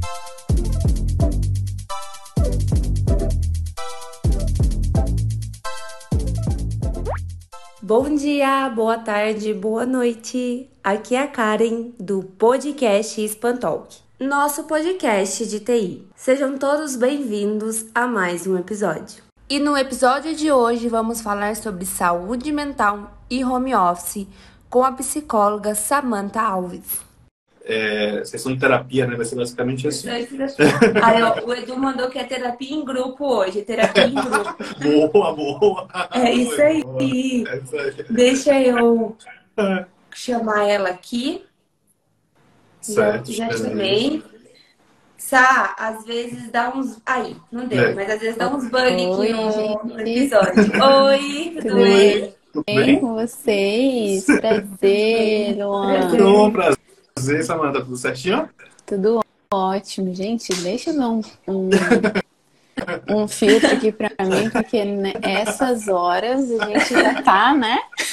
Bom dia, boa tarde, boa noite. Aqui é a Karen do podcast Espantalk, nosso podcast de TI. Sejam todos bem-vindos a mais um episódio. E no episódio de hoje vamos falar sobre saúde mental e home office com a psicóloga Samantha Alves. Sessão de terapia, né? Vai ser basicamente assim. O Edu mandou que é terapia em grupo hoje. Terapia em grupo. Boa! É isso aí. É isso aí. Deixa eu chamar ela aqui. Certo. Já chamei. Sá, às vezes dá uns... Aí, não deu, mas às vezes dá uns bug aqui no episódio. Oi, tudo bem? Tudo Bem bem? com vocês? Prazer, Luana. Bom, prazer, Samantha. Tudo certinho? Tudo ótimo. Gente, deixa eu dar um filtro aqui pra mim, porque nessas horas a gente já tá, né?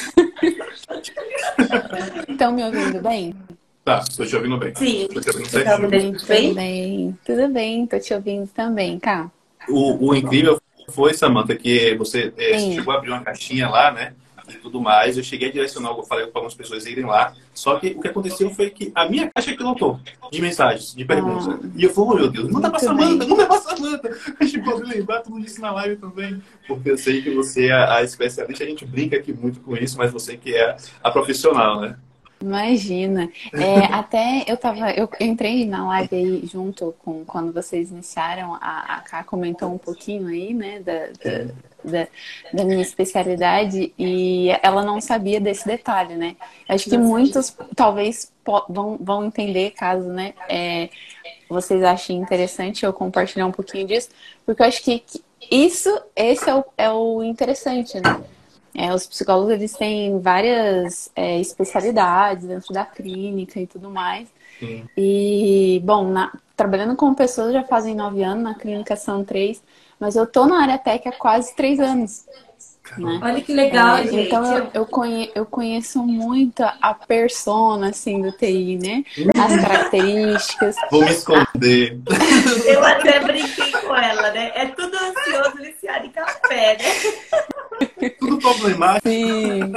Estão me ouvindo bem? Tá, tô te ouvindo bem. Sim. Tô te ouvindo Você tá me certinho. ouvindo bem? Bem, tudo bem, tô te ouvindo também, cá. O incrível foi, Samantha, que você Sim. chegou a abrir uma caixinha lá, né? E tudo mais. Eu cheguei a direcionar, eu falei para algumas pessoas irem lá. Só que o que aconteceu foi que a minha caixa que lotou de mensagens, de perguntas. E eu falei, oh, meu Deus, manda pra Muito Samantha, bem. manda pra Samantha. A gente pode lembrar tudo isso na live também. Porque eu sei que você é a especialista, a gente brinca aqui muito com isso, mas você que é a profissional, né? Imagina. Até eu entrei na live aí junto com quando vocês iniciaram, a Ká comentou um pouquinho aí, né, da minha especialidade, e ela não sabia desse detalhe, né? Acho que muitos talvez vão entender caso, né, vocês achem interessante eu compartilhar um pouquinho disso, porque eu acho que esse é o interessante, né? Os psicólogos, eles têm várias especialidades dentro da clínica e tudo mais. Sim. E, bom, trabalhando com pessoas já fazem 9 anos, na clínica são 3, mas eu tô na área tech há quase 3 anos. Né? Olha que legal, gente. Então eu conheço muito a persona, assim, do TI, né? As características. Vou me esconder. Eu até brinquei com ela, né? É tudo ansioso, viciado em café, né? Tudo problemático. Sim.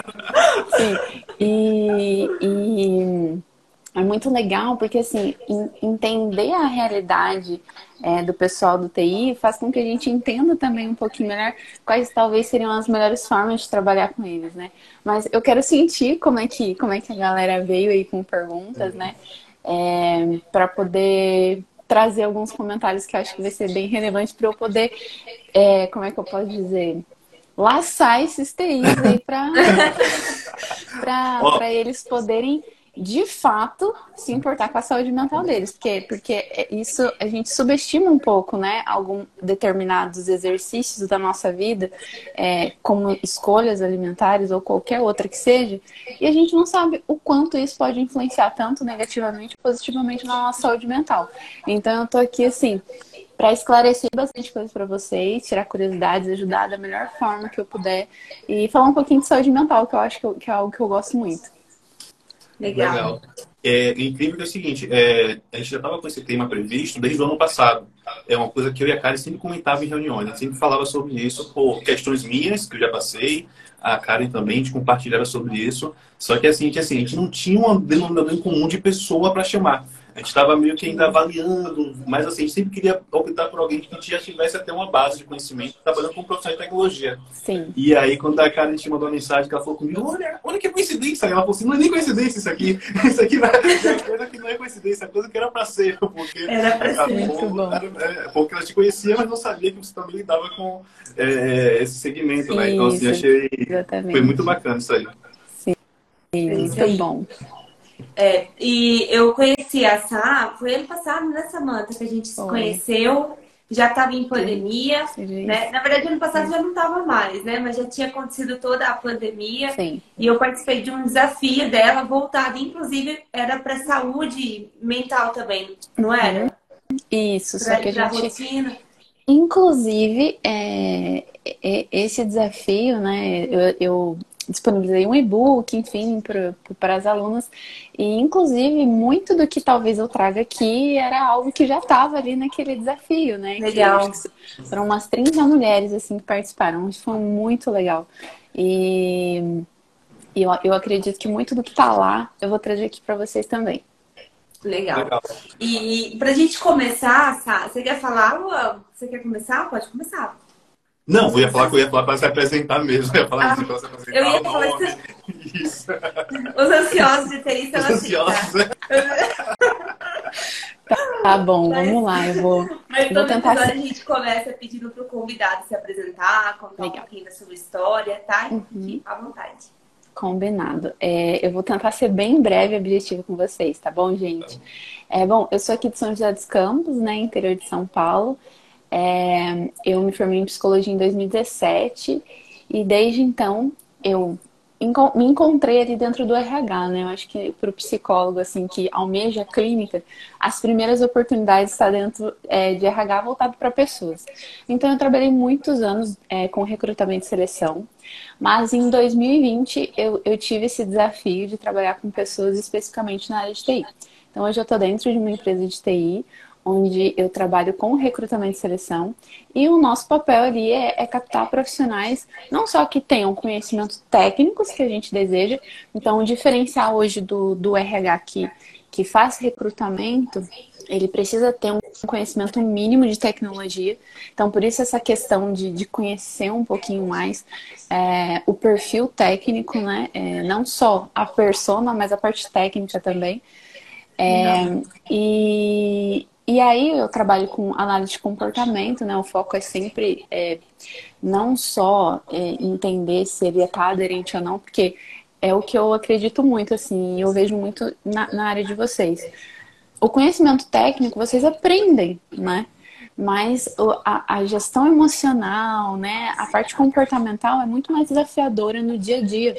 E é muito legal porque, assim, entender a realidade do pessoal do TI faz com que a gente entenda também um pouquinho melhor quais talvez seriam as melhores formas de trabalhar com eles, né? Mas eu quero sentir como é que a galera veio aí com perguntas, né? Para poder trazer alguns comentários que eu acho que vai ser bem relevante para eu poder, como é que eu posso dizer, laçar esses TIs aí para eles poderem de fato se importar com a saúde mental deles, porque isso a gente subestima um pouco, né, alguns determinados exercícios da nossa vida, como escolhas alimentares ou qualquer outra que seja, e a gente não sabe o quanto isso pode influenciar tanto negativamente ou positivamente na nossa saúde mental. Então eu tô aqui assim para esclarecer bastante coisa para vocês, tirar curiosidades, ajudar da melhor forma que eu puder e falar um pouquinho de saúde mental, que eu acho que é algo que eu gosto muito. Legal. Incrível que é o seguinte, a gente já estava com esse tema previsto desde o ano passado. É uma coisa que eu e a Karen sempre comentava em reuniões, a gente sempre falava sobre isso por questões minhas, que eu já passei, a Karen também, a gente compartilhava sobre isso, só que assim, a gente não tinha um denominador em comum de pessoa para chamar. A gente estava meio que ainda avaliando, mas assim, a gente sempre queria optar por alguém que já tivesse até uma base de conhecimento, trabalhando com profissional de tecnologia. Sim. E aí, quando a Karen te mandou uma mensagem, que ela falou comigo, olha que coincidência. Ela falou assim, não é nem coincidência isso aqui. Isso aqui não é coincidência, é coisa que era para ser. Porque Era para ser. Muito bom. Porque ela te conhecia, mas não sabia que você também lidava com esse segmento, né? Então, assim, achei... Exatamente. Foi muito bacana isso aí. Sim, muito bom. E eu conheci a Sá, foi ano passado, né, Samantha, que a gente se conheceu, já estava em pandemia, né? Na verdade, ano passado já não estava mais, né? Mas já tinha acontecido toda a pandemia. Sim. E eu participei de um desafio dela, voltado, inclusive, era para saúde mental também, não era? Isso, só que a gente... rotina. Inclusive, esse desafio, né, eu disponibilizei um e-book, enfim, para as alunas. E, inclusive, muito do que talvez eu traga aqui era algo que já estava ali naquele desafio, né? Legal. Foram umas 30 mulheres, assim, que participaram. Isso foi muito legal. E eu acredito que muito do que está lá, eu vou trazer aqui para vocês também. Legal. E pra gente começar, Sá, você quer falar, Luan? Você quer começar? Pode começar. Não, eu ia falar para se apresentar mesmo. Eu ia falar isso, para se apresentar. Eu ia falar isso. Os ansiosos de TI são Os assim, ansiosos. Tá bom, vamos lá. Eu vou tentar. Episódio a gente começa pedindo pro convidado se apresentar, contar um pouquinho da sua história, tá? Fique à vontade. Combinado. Eu vou tentar ser bem breve e objetiva com vocês, tá bom, gente? Bom, eu sou aqui de São José dos Campos, né, interior de São Paulo. Eu me formei em psicologia em 2017 e desde então eu me encontrei ali dentro do RH, né? Eu acho que para o psicólogo, assim, que almeja a clínica, as primeiras oportunidades estão dentro de RH voltado para pessoas. Então, eu trabalhei muitos anos com recrutamento e seleção, mas em 2020 eu tive esse desafio de trabalhar com pessoas especificamente na área de TI. Então, hoje eu estou dentro de uma empresa de TI, onde eu trabalho com recrutamento e seleção, e o nosso papel ali é captar profissionais, não só que tenham conhecimentos técnicos que a gente deseja, então o diferencial hoje do RH que faz recrutamento, ele precisa ter um conhecimento mínimo de tecnologia, então por isso essa questão de conhecer um pouquinho mais o perfil técnico, né? Não só a persona, mas a parte técnica também. E aí eu trabalho com análise de comportamento, né? O foco é sempre não só entender se ele está aderente ou não, porque é o que eu acredito muito, assim, eu vejo muito na área de vocês. O conhecimento técnico vocês aprendem, né? Mas a gestão emocional, né? A parte comportamental é muito mais desafiadora no dia a dia.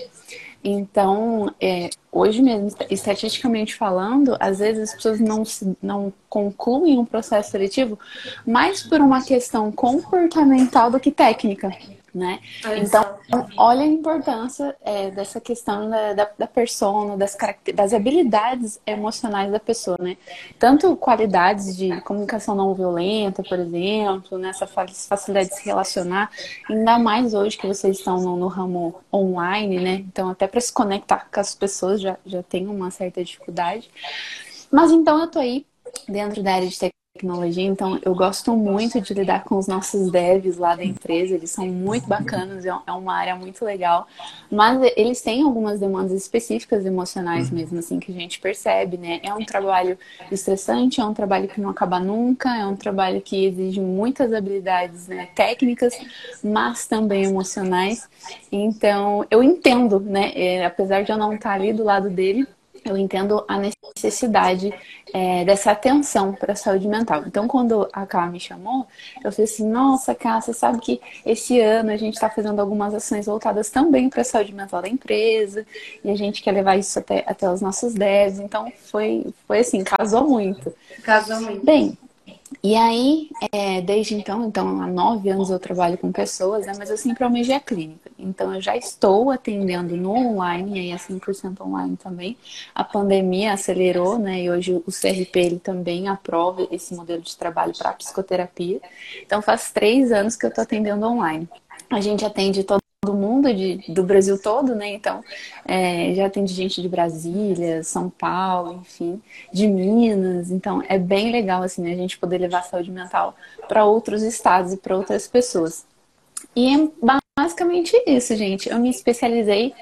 Então, hoje mesmo, estatisticamente falando, às vezes as pessoas não concluem um processo seletivo mais por uma questão comportamental do que técnica, né? Então, olha a importância dessa questão da persona, das habilidades emocionais da pessoa, né? Tanto qualidades de comunicação não violenta, por exemplo, nessa facilidade de se relacionar, ainda mais hoje que vocês estão no ramo online, né? Então, até para se conectar com as pessoas já tem uma certa dificuldade. Mas então eu tô aí dentro da área de tecnologia, então eu gosto muito de lidar com os nossos devs lá da empresa, eles são muito bacanas, é uma área muito legal, mas eles têm algumas demandas específicas emocionais mesmo, assim, que a gente percebe, né? É um trabalho estressante, é um trabalho que não acaba nunca, é um trabalho que exige muitas habilidades, né, técnicas, mas também emocionais. Então, eu entendo, né, apesar de eu não estar ali do lado dele, eu entendo a necessidade dessa atenção para a saúde mental. Então, quando a Ká me chamou, eu falei assim, nossa, Ká, você sabe que esse ano a gente está fazendo algumas ações voltadas também para a saúde mental da empresa, e a gente quer levar isso até os nossos devs. Então, foi assim, casou muito. Casou muito. Bem, e aí, desde então há 9 anos eu trabalho com pessoas, né, mas eu sempre almejei a clínica. Então, eu já estou atendendo no online, e aí é 100% online também. A pandemia acelerou, né, e hoje o CRP ele também aprova esse modelo de trabalho para psicoterapia. Então, faz 3 anos que eu estou atendendo online. A gente atende todo mundo do Brasil todo, né? Então, já atende gente de Brasília, São Paulo, enfim, de Minas. Então, é bem legal, assim, né, a gente poder levar a saúde mental para outros estados e para outras pessoas. E é basicamente isso, gente. Eu me especializei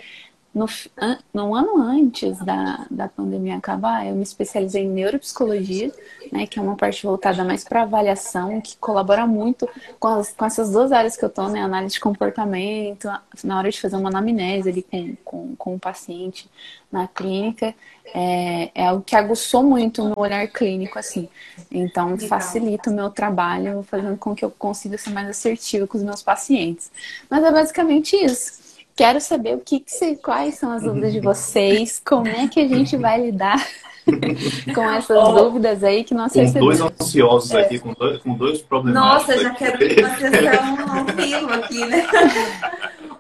no ano antes da pandemia acabar, eu me especializei em neuropsicologia, né, que é uma parte voltada mais para avaliação, que colabora muito com essas 2 áreas que eu estou, né, análise de comportamento, na hora de fazer uma anamnese ali com o paciente na clínica, é algo que aguçou muito o meu olhar clínico, assim. Então, facilita o meu trabalho, fazendo com que eu consiga ser mais assertiva com os meus pacientes. Mas é basicamente isso. Quero saber quais são as dúvidas de vocês, como é que a gente vai lidar com essas dúvidas aí que nós recebemos. 2 ansiosos aqui, com dois problemas. Nossa, já quero uma sessão ao vivo aqui, né?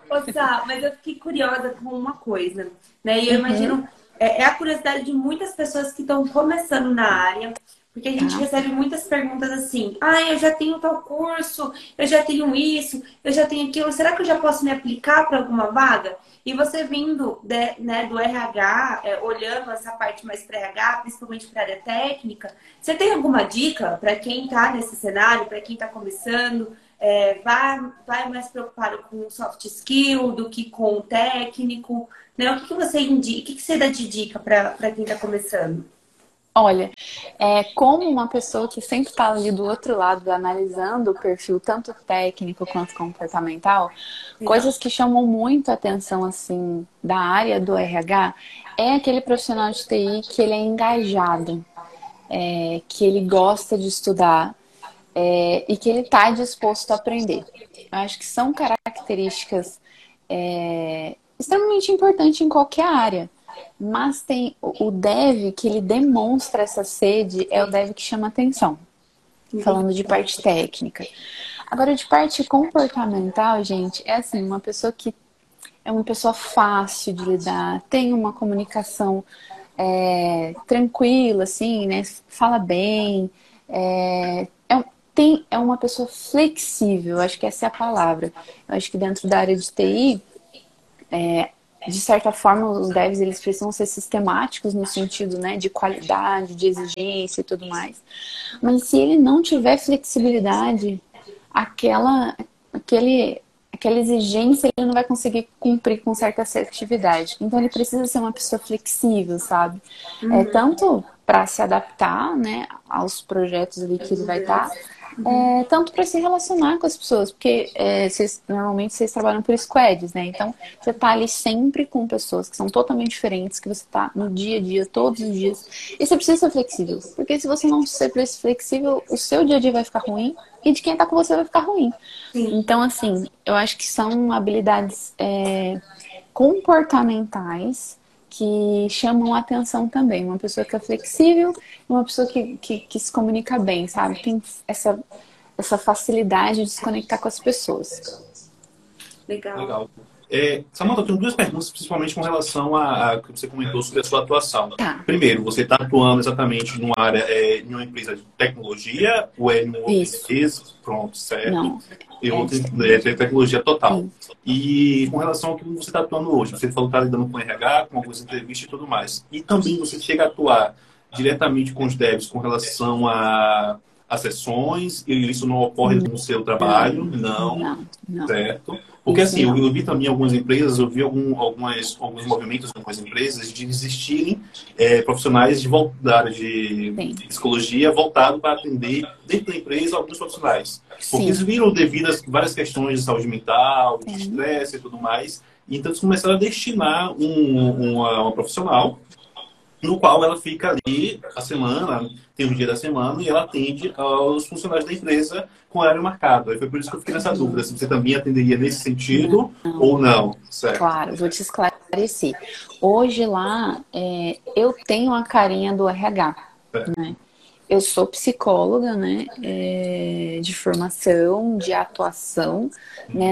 Ô, Sá, mas eu fiquei curiosa com uma coisa, né? E eu Uhum, imagino, é a curiosidade de muitas pessoas que estão começando na área, porque a gente tá. recebe muitas perguntas assim: ah, eu já tenho tal curso, eu já tenho isso, eu já tenho aquilo, será que eu já posso me aplicar para alguma vaga? E você vindo né, do RH, olhando essa parte mais para RH, principalmente para a área técnica, você tem alguma dica para quem está nesse cenário, para quem está começando? Vai mais preocupado com o soft skill do que com o técnico, né? O que você indica, o que você dá de dica para quem está começando? Olha, como uma pessoa que sempre está ali do outro lado, analisando o perfil tanto técnico quanto comportamental, Legal. coisas que chamam muito a atenção, assim, da área do RH, é aquele profissional de TI que ele é engajado, que ele gosta de estudar, e que ele está disposto a aprender. Eu acho que são características extremamente importantes em qualquer área. Mas tem o dev que ele demonstra essa sede, é o dev que chama atenção, falando de parte técnica. Agora, de parte comportamental, gente, é assim, uma pessoa que é uma pessoa fácil de lidar, tem uma comunicação tranquila, assim, né? Fala bem, é uma pessoa flexível, acho que essa é a palavra. Eu acho que dentro da área de TI, de certa forma, os devs eles precisam ser sistemáticos no sentido, né, de qualidade, de exigência e tudo mais. Mas se ele não tiver flexibilidade, aquela, aquela exigência ele não vai conseguir cumprir com certa assertividade. Então ele precisa ser uma pessoa flexível, sabe? Tanto para se adaptar, né, aos projetos ali que ele vai estar, tanto para se relacionar com as pessoas, porque normalmente vocês trabalham por squads, né? Então você tá ali sempre com pessoas que são totalmente diferentes, que você tá no dia a dia, todos os dias, e você precisa ser flexível, porque se você não ser flexível, o seu dia a dia vai ficar ruim e de quem tá com você vai ficar ruim. Sim, Então, assim, eu acho que são habilidades comportamentais que chamam a atenção também. Uma pessoa que é flexível e uma pessoa que se comunica bem, sabe? Tem essa facilidade de se conectar com as pessoas. legal. Legal. Samantha, eu tenho duas perguntas, principalmente com relação a que você comentou sobre a sua atuação. Tá, Primeiro, você está atuando exatamente numa área, em uma empresa de tecnologia ou é em outra isso. empresa? Pronto, certo. Não. E É, outra tecnologia total. sim. E com relação ao que você está atuando hoje, você falou que está lidando com RH, com algumas entrevistas e tudo mais. E também você chega a atuar diretamente com os devs com relação a sessões, e isso não ocorre no seu trabalho? Não, Não, não, não. certo. Porque Isso assim, não. eu vi também algumas empresas, eu vi alguns movimentos em algumas empresas de existirem profissionais da área de Sim. psicologia voltado para atender dentro da empresa alguns profissionais. Porque eles Sim. viram devido a várias questões de saúde mental, de Sim. estresse e tudo mais. E então eles começaram a destinar uma profissional no qual ela fica ali a semana, tem um dia da semana, e ela atende aos funcionários da empresa com horário marcado. Aí foi por isso que eu fiquei nessa dúvida, se você também atenderia nesse sentido ou não, certo? Claro, vou te esclarecer. Hoje lá, eu tenho a carinha do RH, né? Eu sou psicóloga, né, de formação, de atuação, né,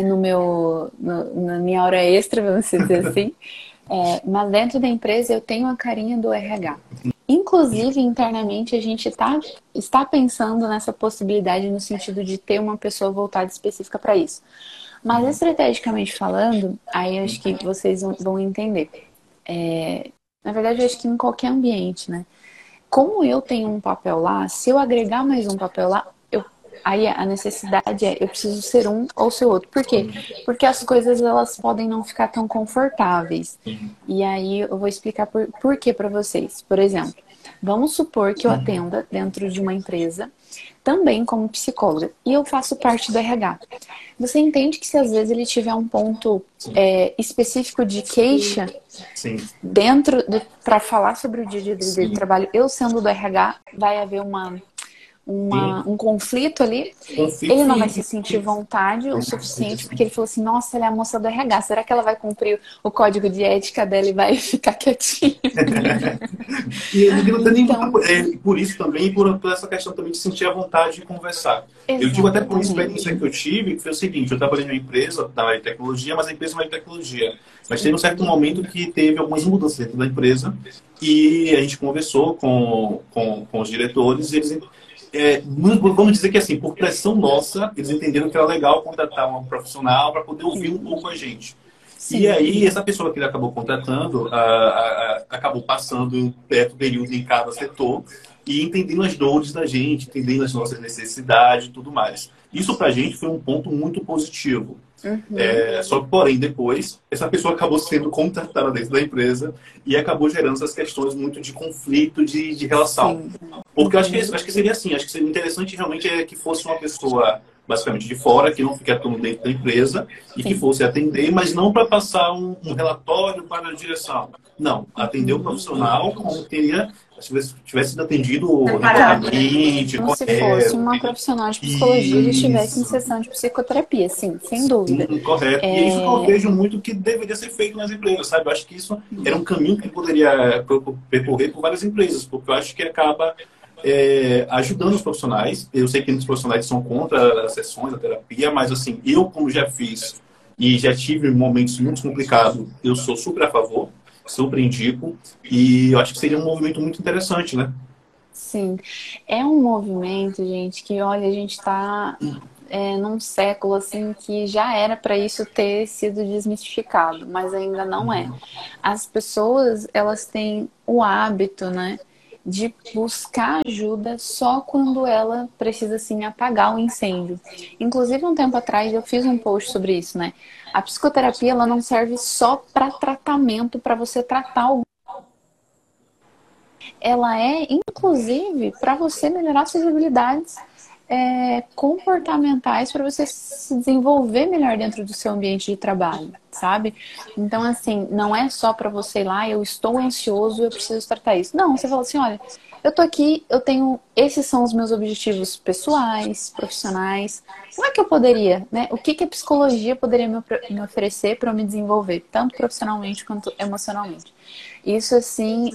na minha hora extra, vamos dizer assim. Mas dentro da empresa eu tenho a carinha do RH. Inclusive, internamente, a gente está pensando nessa possibilidade no sentido de ter uma pessoa voltada específica para isso. Mas estrategicamente falando, aí eu acho que vocês vão entender. Na verdade, eu acho que em qualquer ambiente, né? Como eu tenho um papel lá, se eu agregar mais um papel lá, aí a necessidade eu preciso ser um ou ser outro. Por quê? Porque as coisas elas podem não ficar tão confortáveis. E aí eu vou explicar por quê para vocês. Por exemplo, vamos supor que eu atenda dentro de uma empresa também como psicóloga e eu faço parte do RH. Você entende que se às vezes ele tiver um ponto específico de queixa Sim, dentro para falar sobre o dia a dia dele de sim, trabalho, eu sendo do RH, vai haver Sim, um conflito ali, conflito ele não vai e se sentir vontade o suficiente, porque ele falou assim, nossa, ela é a moça do RH, será que ela vai cumprir o código de ética dela e vai ficar quietinha? e não tem nem muita, Então, por isso também, e por essa questão também de sentir a vontade de conversar. Eu digo até por uma experiência exatamente. que eu tive, que foi o seguinte, eu trabalhei numa empresa da área de tecnologia, mas a empresa não é de tecnologia. Mas teve um certo Entendi. momento que teve algumas mudanças dentro da empresa e a gente conversou com os diretores e eles, vamos dizer que assim, por pressão nossa, eles entenderam que era legal contratar uma profissional para poder ouvir um Sim, pouco a gente. E sim, aí, essa pessoa que ele acabou contratando acabou passando um certo período em cada setor e entendendo as dores da gente, entendendo as nossas necessidades e tudo mais. Isso, para a gente, foi um ponto muito positivo. uhum, Só que, porém, depois, essa pessoa acabou sendo contratada dentro da empresa e acabou gerando essas questões muito de conflito, de relação. sim, Porque eu uhum, acho que seria assim, acho que seria interessante realmente que fosse uma pessoa basicamente de fora, que não fique atuando dentro da empresa e que sim, fosse atender, mas não para passar um relatório para a direção. Não, atender o uhum. profissional como teria, se tivesse sido atendido Separado, né? remotamente, Como se fosse correto, uma profissional de psicologia e estivesse em isso, sessão de psicoterapia, sim, sem dúvida. sim, correto. E é isso que eu É, vejo muito que deveria ser feito nas empresas, sabe? Eu acho que isso era um caminho que poderia percorrer por várias empresas, porque eu acho que acaba ajudando os profissionais. Eu sei que muitos profissionais são contra as sessões, a terapia, mas assim, eu como já fiz e já tive momentos muito complicados, eu sou super a favor, super indico, e eu acho que seria um movimento muito interessante, né? sim, é um movimento, gente, que olha, a gente está num século assim que já era para isso ter sido desmistificado, mas ainda não é. As pessoas, elas têm o hábito, né, de buscar ajuda só quando ela precisa assim apagar o incêndio. Inclusive um tempo atrás eu fiz um post sobre isso, né? A psicoterapia ela não serve só para tratamento, para você tratar algum, ela é inclusive para você melhorar suas habilidades comportamentais para você se desenvolver melhor dentro do seu ambiente de trabalho, sabe? Então, assim, não é só para você ir lá, eu estou ansioso, eu preciso tratar isso. Não, você fala assim, olha, eu tô aqui, eu tenho, esses são os meus objetivos pessoais, profissionais. Como é que eu poderia, né? O que que a psicologia poderia me oferecer para eu me desenvolver, tanto profissionalmente quanto emocionalmente? Isso, assim,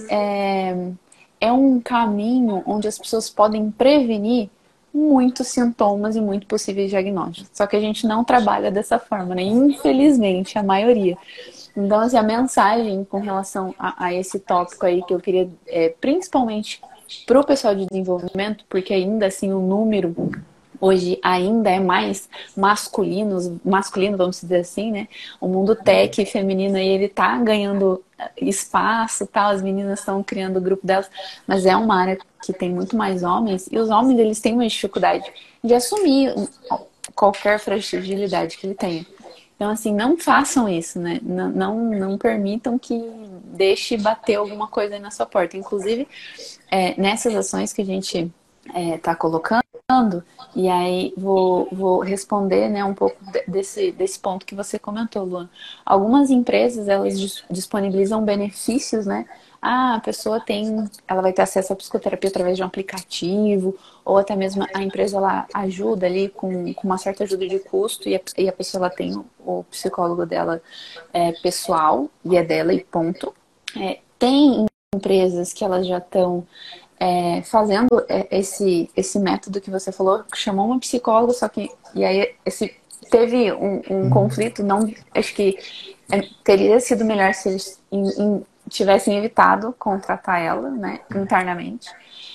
é um caminho onde as pessoas podem prevenir muitos sintomas e muito possíveis diagnósticos. Só que a gente não trabalha dessa forma, né? Infelizmente, a maioria. Então, assim, a mensagem com relação a esse tópico aí que eu queria, principalmente para o pessoal de desenvolvimento, porque ainda assim o número hoje ainda é mais masculino, vamos dizer assim, né? O mundo tech feminino aí, ele tá ganhando espaço, tal, as meninas estão criando o grupo delas, mas é uma área que tem muito mais homens, e os homens, eles têm uma dificuldade de assumir qualquer fragilidade que ele tenha. Então, assim, não façam isso, né? Não permitam que deixe bater alguma coisa aí na sua porta. Inclusive, nessas ações que a gente está colocando, e aí vou responder, né, um pouco desse ponto que você comentou, Luan. Algumas empresas, elas disponibilizam benefícios, né? Ah, a pessoa ela vai ter acesso à psicoterapia através de um aplicativo, ou até mesmo a empresa ela ajuda ali com uma certa ajuda de custo, e a pessoa ela tem o psicólogo dela pessoal, e é dela e ponto. Tem empresas que elas já estão fazendo esse método que você falou, que chamou uma psicóloga, só que e aí teve um conflito, não acho que teria sido melhor se eles tivessem evitado contratar ela, né, internamente.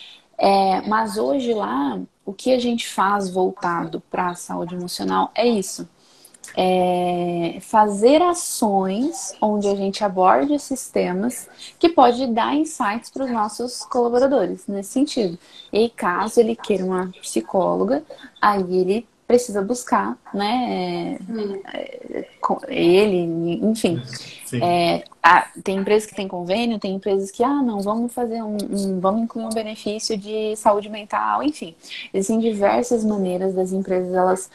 Mas hoje lá, o que a gente faz voltado para a saúde emocional é isso. Fazer ações onde a gente aborde esses temas que pode dar insights para os nossos colaboradores nesse sentido. E aí, caso ele queira uma psicóloga, aí ele precisa buscar, né, ele, enfim. Sim. Tem empresas que têm convênio, tem empresas que, não, vamos fazer vamos incluir um benefício de saúde mental, enfim. Existem diversas maneiras das empresas elas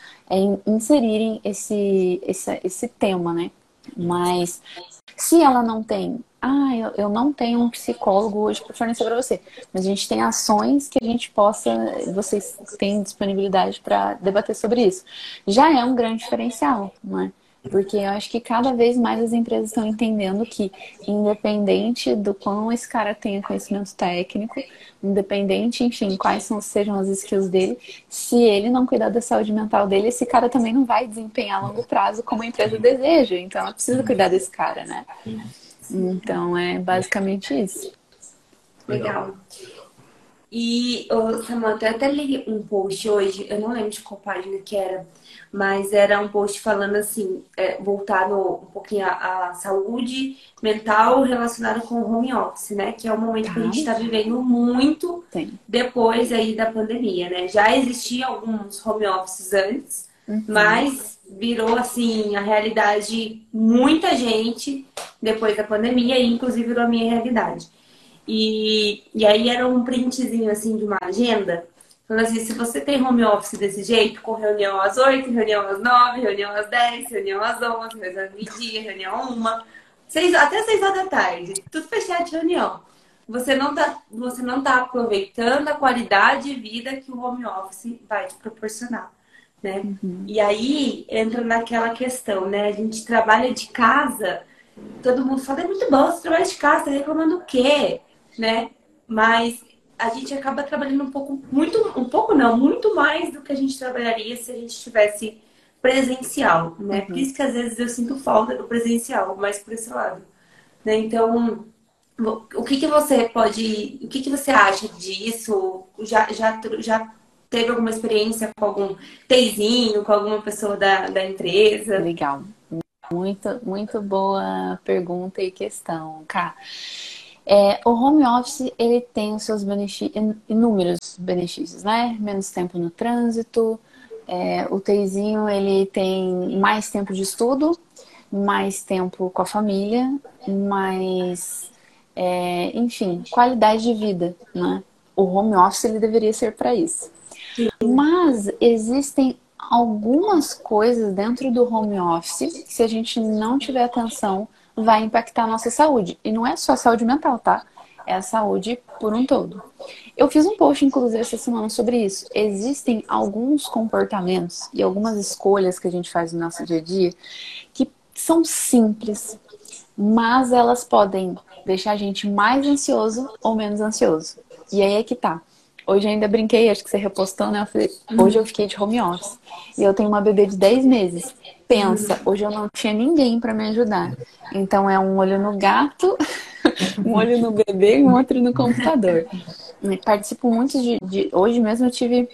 inserirem esse tema, né? Mas se ela não tem eu não tenho um psicólogo hoje para fornecer para você, mas a gente tem ações que a gente possa, vocês têm disponibilidade para debater sobre isso. Já é um grande diferencial, não é? Porque eu acho que cada vez mais as empresas estão entendendo que, independente do quão esse cara tenha conhecimento técnico, independente, enfim, sejam as skills dele, se ele não cuidar da saúde mental dele, esse cara também não vai desempenhar a longo prazo como a empresa deseja. Então, ela precisa cuidar desse cara, né? Então, é basicamente isso. Legal. E, Samantha, eu até li um post hoje, eu não lembro de qual página que era, mas era um post falando assim, voltado um pouquinho à saúde mental relacionada com o home office, né? Que é o momento que a gente está vivendo muito Sim. depois aí da pandemia, né? Já existiam alguns home offices antes, mas virou assim a realidade muita gente depois da pandemia, e inclusive virou a minha realidade. E aí era um printzinho assim de uma agenda, falando assim, se você tem home office desse jeito, com reunião às 8, reunião às 9, reunião às 10, reunião às 11, reunião às meio-dia, reunião às 1, até 6 horas da tarde, tudo fechado de reunião. Você não tá aproveitando a qualidade de vida que o home office vai te proporcionar, né? E aí entra naquela questão, né? A gente trabalha de casa, todo mundo fala, é muito bom você trabalhar de casa, tá reclamando o quê? Né? Mas a gente acaba trabalhando muito mais do que a gente trabalharia se a gente estivesse presencial, né? Por isso que às vezes eu sinto falta do presencial, mais por esse lado, né? Então, o que você acha disso? Já teve alguma experiência com algum teizinho, com alguma pessoa da empresa? Legal. Muito boa pergunta e questão, Cá. O home office, ele tem os seus inúmeros benefícios, né? Menos tempo no trânsito, o TIzinho, ele tem mais tempo de estudo, mais tempo com a família, mais, enfim, qualidade de vida, né? O home office, ele deveria ser para isso. Mas existem algumas coisas dentro do home office que, se a gente não tiver atenção, vai impactar a nossa saúde. E não é só a saúde mental, tá? É a saúde por um todo. Eu fiz um post, inclusive, essa semana sobre isso. Existem alguns comportamentos e algumas escolhas que a gente faz no nosso dia a dia que são simples, mas elas podem deixar a gente mais ansioso ou menos ansioso. E aí é que tá. Hoje eu ainda brinquei, acho que você repostou, né? Eu falei, hoje eu fiquei de home office. E eu tenho uma bebê de 10 meses. Pensa, hoje eu não tinha ninguém para me ajudar. Então é um olho no gato, um olho no bebê e um outro no computador. Participo muito hoje mesmo eu tive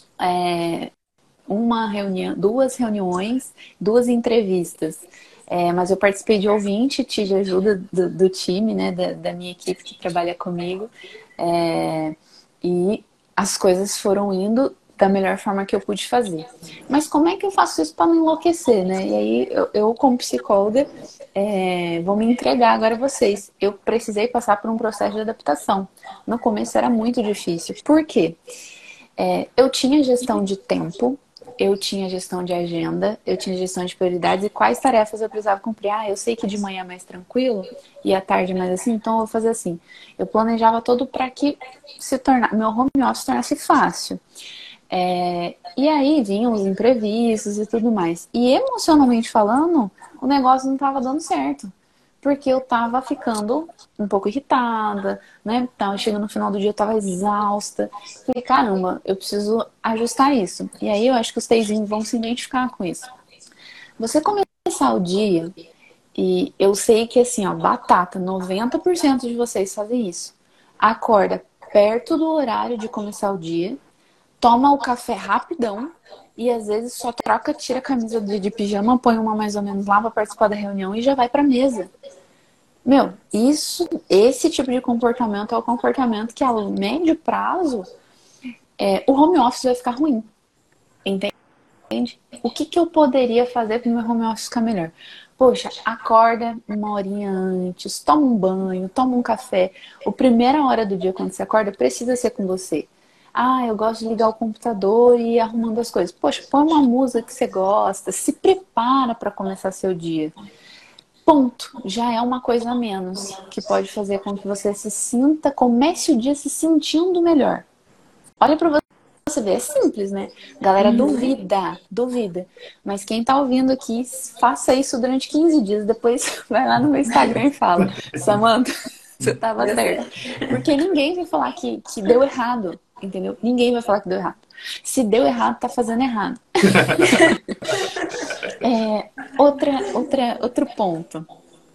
uma reunião, 2 reuniões, 2 entrevistas. Mas eu participei de ouvinte, tive ajuda do time, né? Da minha equipe que trabalha comigo. E as coisas foram indo da melhor forma que eu pude fazer. Mas como é que eu faço isso para não enlouquecer, né? E aí, eu como psicóloga, vou me entregar agora a vocês. Eu precisei passar por um processo de adaptação. No começo era muito difícil. Por quê? Eu tinha gestão de tempo, eu tinha gestão de agenda, eu tinha gestão de prioridades e quais tarefas eu precisava cumprir. Eu sei que de manhã é mais tranquilo e à tarde é mais assim, então eu vou fazer assim. Eu planejava todo para que meu home office se tornasse fácil. E aí vinham os imprevistos e tudo mais. E emocionalmente falando, o negócio não estava dando certo. Porque eu tava ficando um pouco irritada, né? Tava chegando no final do dia, eu tava exausta. Falei, caramba, eu preciso ajustar isso. E aí eu acho que os teizinhos vão se identificar com isso. Você começar o dia, e eu sei que assim, ó, batata, 90% de vocês fazem isso. Acorda perto do horário de começar o dia, toma o café rapidão, e às vezes só troca, tira a camisa de pijama, põe uma mais ou menos lá pra participar da reunião e já vai pra mesa. Meu, esse tipo de comportamento é o comportamento que a médio prazo o home office vai ficar ruim. Entende? O que eu poderia fazer para o meu home office ficar melhor? Poxa, acorda 1 horinha antes, toma um banho, toma um café. A primeira hora do dia quando você acorda precisa ser com você. Eu gosto de ligar o computador e ir arrumando as coisas. Poxa, põe uma música que você gosta, se prepara para começar seu dia. ponto, já é uma coisa a menos que pode fazer com que você se sinta, comece o dia se sentindo melhor. Olha pra você ver, é simples, né? Galera, duvida. Mas quem tá ouvindo aqui, faça isso durante 15 dias. Depois vai lá no meu Instagram e fala: Samantha, você tava certo. Porque ninguém vai falar que deu errado, entendeu? Ninguém vai falar que deu errado. Se deu errado, tá fazendo errado. Outro ponto.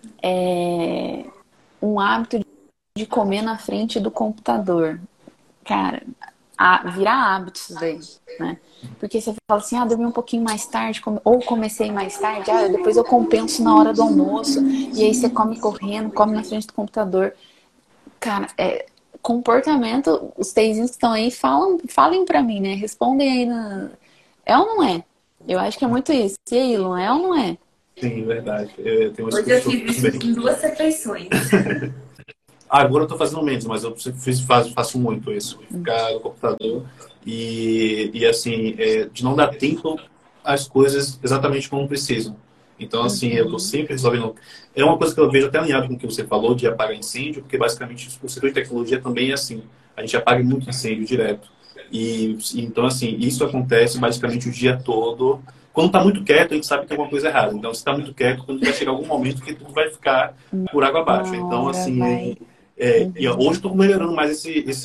Um hábito de comer na frente do computador. Cara, virar hábito isso daí, né? Porque você fala assim, dormi um pouquinho mais tarde, ou comecei mais tarde, depois eu compenso na hora do almoço, e aí você come correndo, come na frente do computador. Cara, comportamento, os teizinhos que estão aí, falem pra mim, né? Respondem aí é ou não é? Eu acho que é muito isso. E aí, Luan, é ou não é? Sim, verdade. Eu tenho Hoje eu fiz isso em 2 refeições. Agora eu tô fazendo menos, mas eu faço muito isso. Ficar no computador e assim, de não dar tempo às coisas exatamente como precisam. Então, assim, eu tô sempre resolvendo. É uma coisa que eu vejo até alinhado com o que você falou de apagar incêndio, porque basicamente o setor de tecnologia também é assim. A gente apaga muito incêndio direto. Então, assim, isso acontece basicamente o dia todo. Quando está muito quieto, a gente sabe que tem alguma coisa errada. Então, se está muito quieto, quando vai chegar algum momento que tudo vai ficar por água abaixo. Então, assim, e hoje estou melhorando mais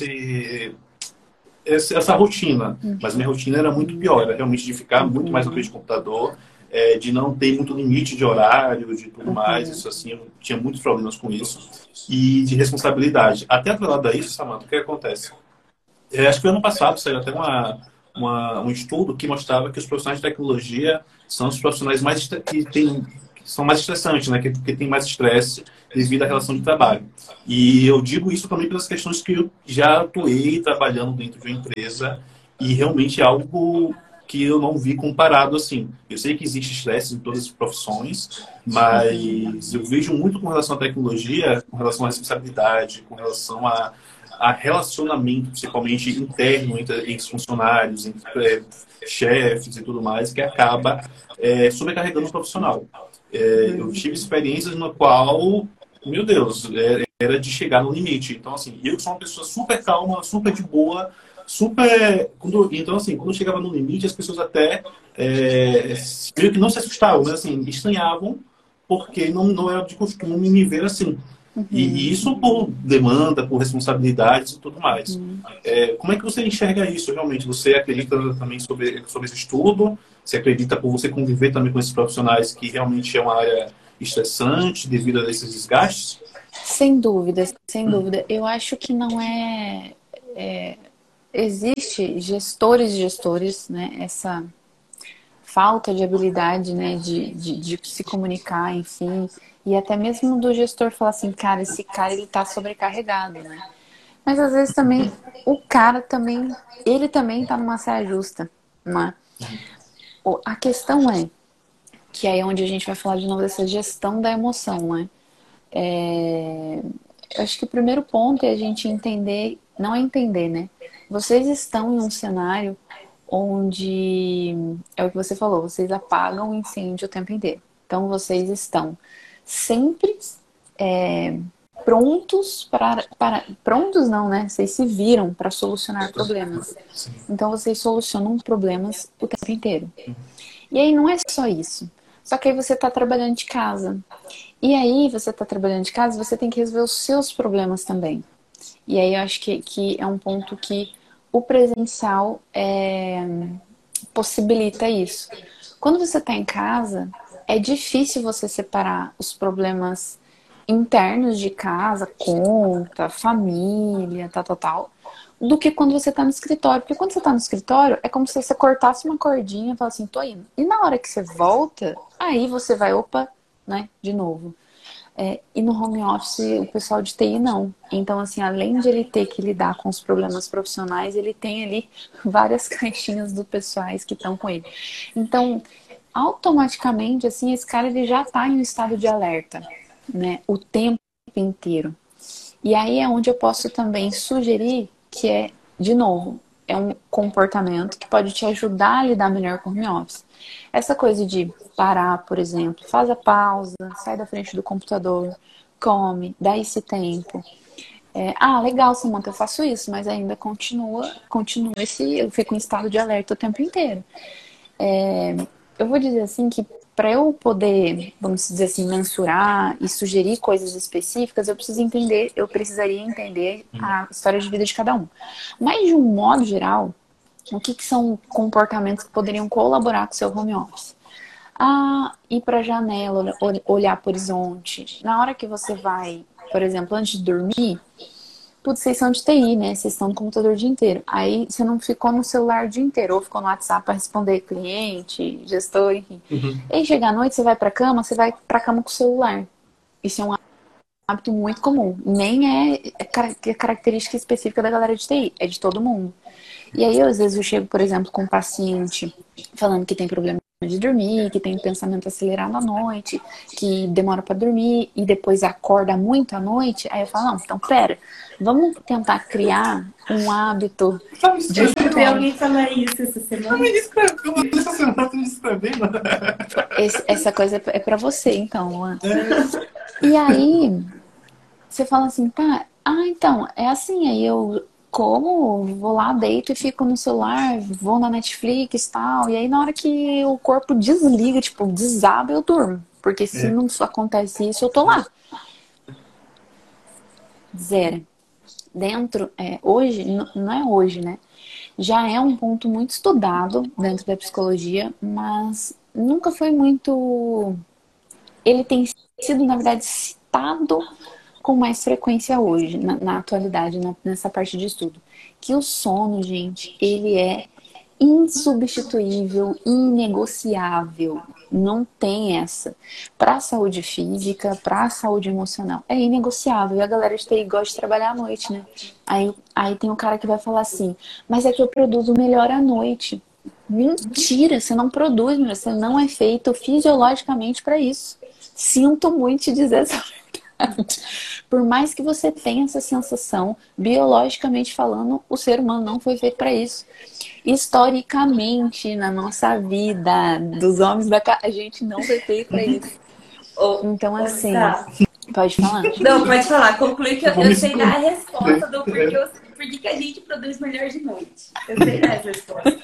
essa rotina. Mas minha rotina era muito pior. Era realmente de ficar muito mais na frente do computador, de não ter muito limite de horário, de tudo mais. Isso, assim, eu tinha muitos problemas com isso. E de responsabilidade. Até atrelado a isso, Samantha, o que acontece? Acho que ano passado saiu até um estudo que mostrava que os profissionais de tecnologia são os profissionais que são mais estressantes, né? Que tem mais estresse devido à relação de trabalho. E eu digo isso também pelas questões que eu já atuei trabalhando dentro de uma empresa e realmente é algo que eu não vi comparado assim. Eu sei que existe estresse em todas as profissões, mas eu vejo muito com relação à tecnologia, com relação à responsabilidade, com relação a relacionamento, principalmente interno entre os funcionários, entre chefes e tudo mais, que acaba sobrecarregando o profissional. Eu tive experiências no qual, meu Deus, era de chegar no limite. Então, assim, eu sou uma pessoa super calma, super de boa, super... Então, assim, quando eu chegava no limite, as pessoas até meio que não se assustavam, mas, assim, estranhavam, porque não era de costume me ver assim. E isso por demanda, por responsabilidades e tudo mais. Como é que você enxerga isso realmente? Você acredita também sobre esse estudo? Você acredita por você conviver também com esses profissionais que realmente é uma área estressante devido a esses desgastes? Sem dúvida, sem dúvida. Eu acho que não existe gestores e gestores, né? Essa falta de habilidade, né? De se comunicar, enfim. E até mesmo do gestor falar assim, cara, esse cara ele tá sobrecarregado, né? Mas às vezes também o cara também, ele também tá numa saia justa, né? A questão é que aí é onde a gente vai falar de novo dessa gestão da emoção, né? Eu acho que o primeiro ponto é a gente entender, não é entender, né? Vocês estão em um cenário onde, é o que você falou, vocês apagam o incêndio o tempo inteiro. Então vocês estão sempre prontos prontos não, né? Vocês se viram para solucionar problemas. Então vocês solucionam problemas o tempo inteiro. E aí não é só isso. Só que aí você está trabalhando de casa. E aí você está trabalhando de casa, você tem que resolver os seus problemas também. E aí eu acho que é um ponto que o presencial possibilita isso. Quando você está em casa, é difícil você separar os problemas internos de casa, conta, família, tal, do que quando você está no escritório. Porque quando você está no escritório, é como se você cortasse uma cordinha e falasse assim, tô indo. E na hora que você volta, aí você vai, opa, né, de novo. E no home office, o pessoal de TI não. Então, assim, além de ele ter que lidar com os problemas profissionais, ele tem ali várias caixinhas do pessoais que estão com ele. Então, automaticamente, assim, esse cara ele já está em um estado de alerta, né, o tempo inteiro. E aí é onde eu posso também sugerir que de novo, é um comportamento que pode te ajudar a lidar melhor com o home office. Essa coisa de parar, por exemplo, faz a pausa, sai da frente do computador, come, dá esse tempo. Legal, Samantha, eu faço isso, mas ainda continua eu fico em estado de alerta o tempo inteiro. Eu vou dizer assim que para eu poder, vamos dizer assim, mensurar e sugerir coisas específicas, eu precisaria entender a história de vida de cada um. Mas de um modo geral, o que são comportamentos que poderiam colaborar com o seu home office? Ir para a janela, olhar para o horizonte. Na hora que você vai, por exemplo, antes de dormir, vocês são de TI, né? Vocês estão no computador o dia inteiro. Aí você não ficou no celular o dia inteiro, ou ficou no WhatsApp para responder cliente, gestor, enfim. Uhum. E aí chegar à noite, você vai para a cama com o celular. Isso é um hábito muito comum. Nem é característica específica da galera de TI, é de todo mundo. E aí, às vezes, eu chego, por exemplo, com um paciente falando que tem problema de dormir, que tem pensamento acelerado à noite, que demora para dormir e depois acorda muito à noite. Aí eu falo, não, então pera, vamos tentar criar um hábito de Eu escutei alguém falar isso essa semana. Essa semana tu me descrevendo. Essa coisa é para você, então, Luan. E aí, você fala assim, tá, então, é assim, aí eu como, vou lá, deito e fico no celular, vou na Netflix e tal, e aí na hora que o corpo desliga, tipo, desaba, eu durmo. Porque se não acontece isso, eu tô lá. Zero. Hoje, não é hoje, né? Já é um ponto muito estudado dentro da psicologia, mas nunca foi muito... Ele tem sido, na verdade, citado com mais frequência hoje, na atualidade, nessa parte de estudo. Que o sono, gente, ele é insubstituível, inegociável. Não tem essa. Para a saúde física, para a saúde emocional, é inegociável. E a galera de TI gosta de trabalhar à noite, né? Aí tem um cara que vai falar assim, mas é que eu produzo melhor à noite. Mentira, você não produz, você não é feito fisiologicamente para isso. Sinto muito te dizer essa verdade. Por mais que você tenha essa sensação, biologicamente falando, o ser humano não foi feito para isso. Historicamente, na nossa vida, dos homens da casa, a gente não foi feito para isso. Então, assim, pode falar. Não, pode falar. Conclui que eu sei dar a resposta do porquê que a gente produz melhor de noite. Eu sei dar essa resposta.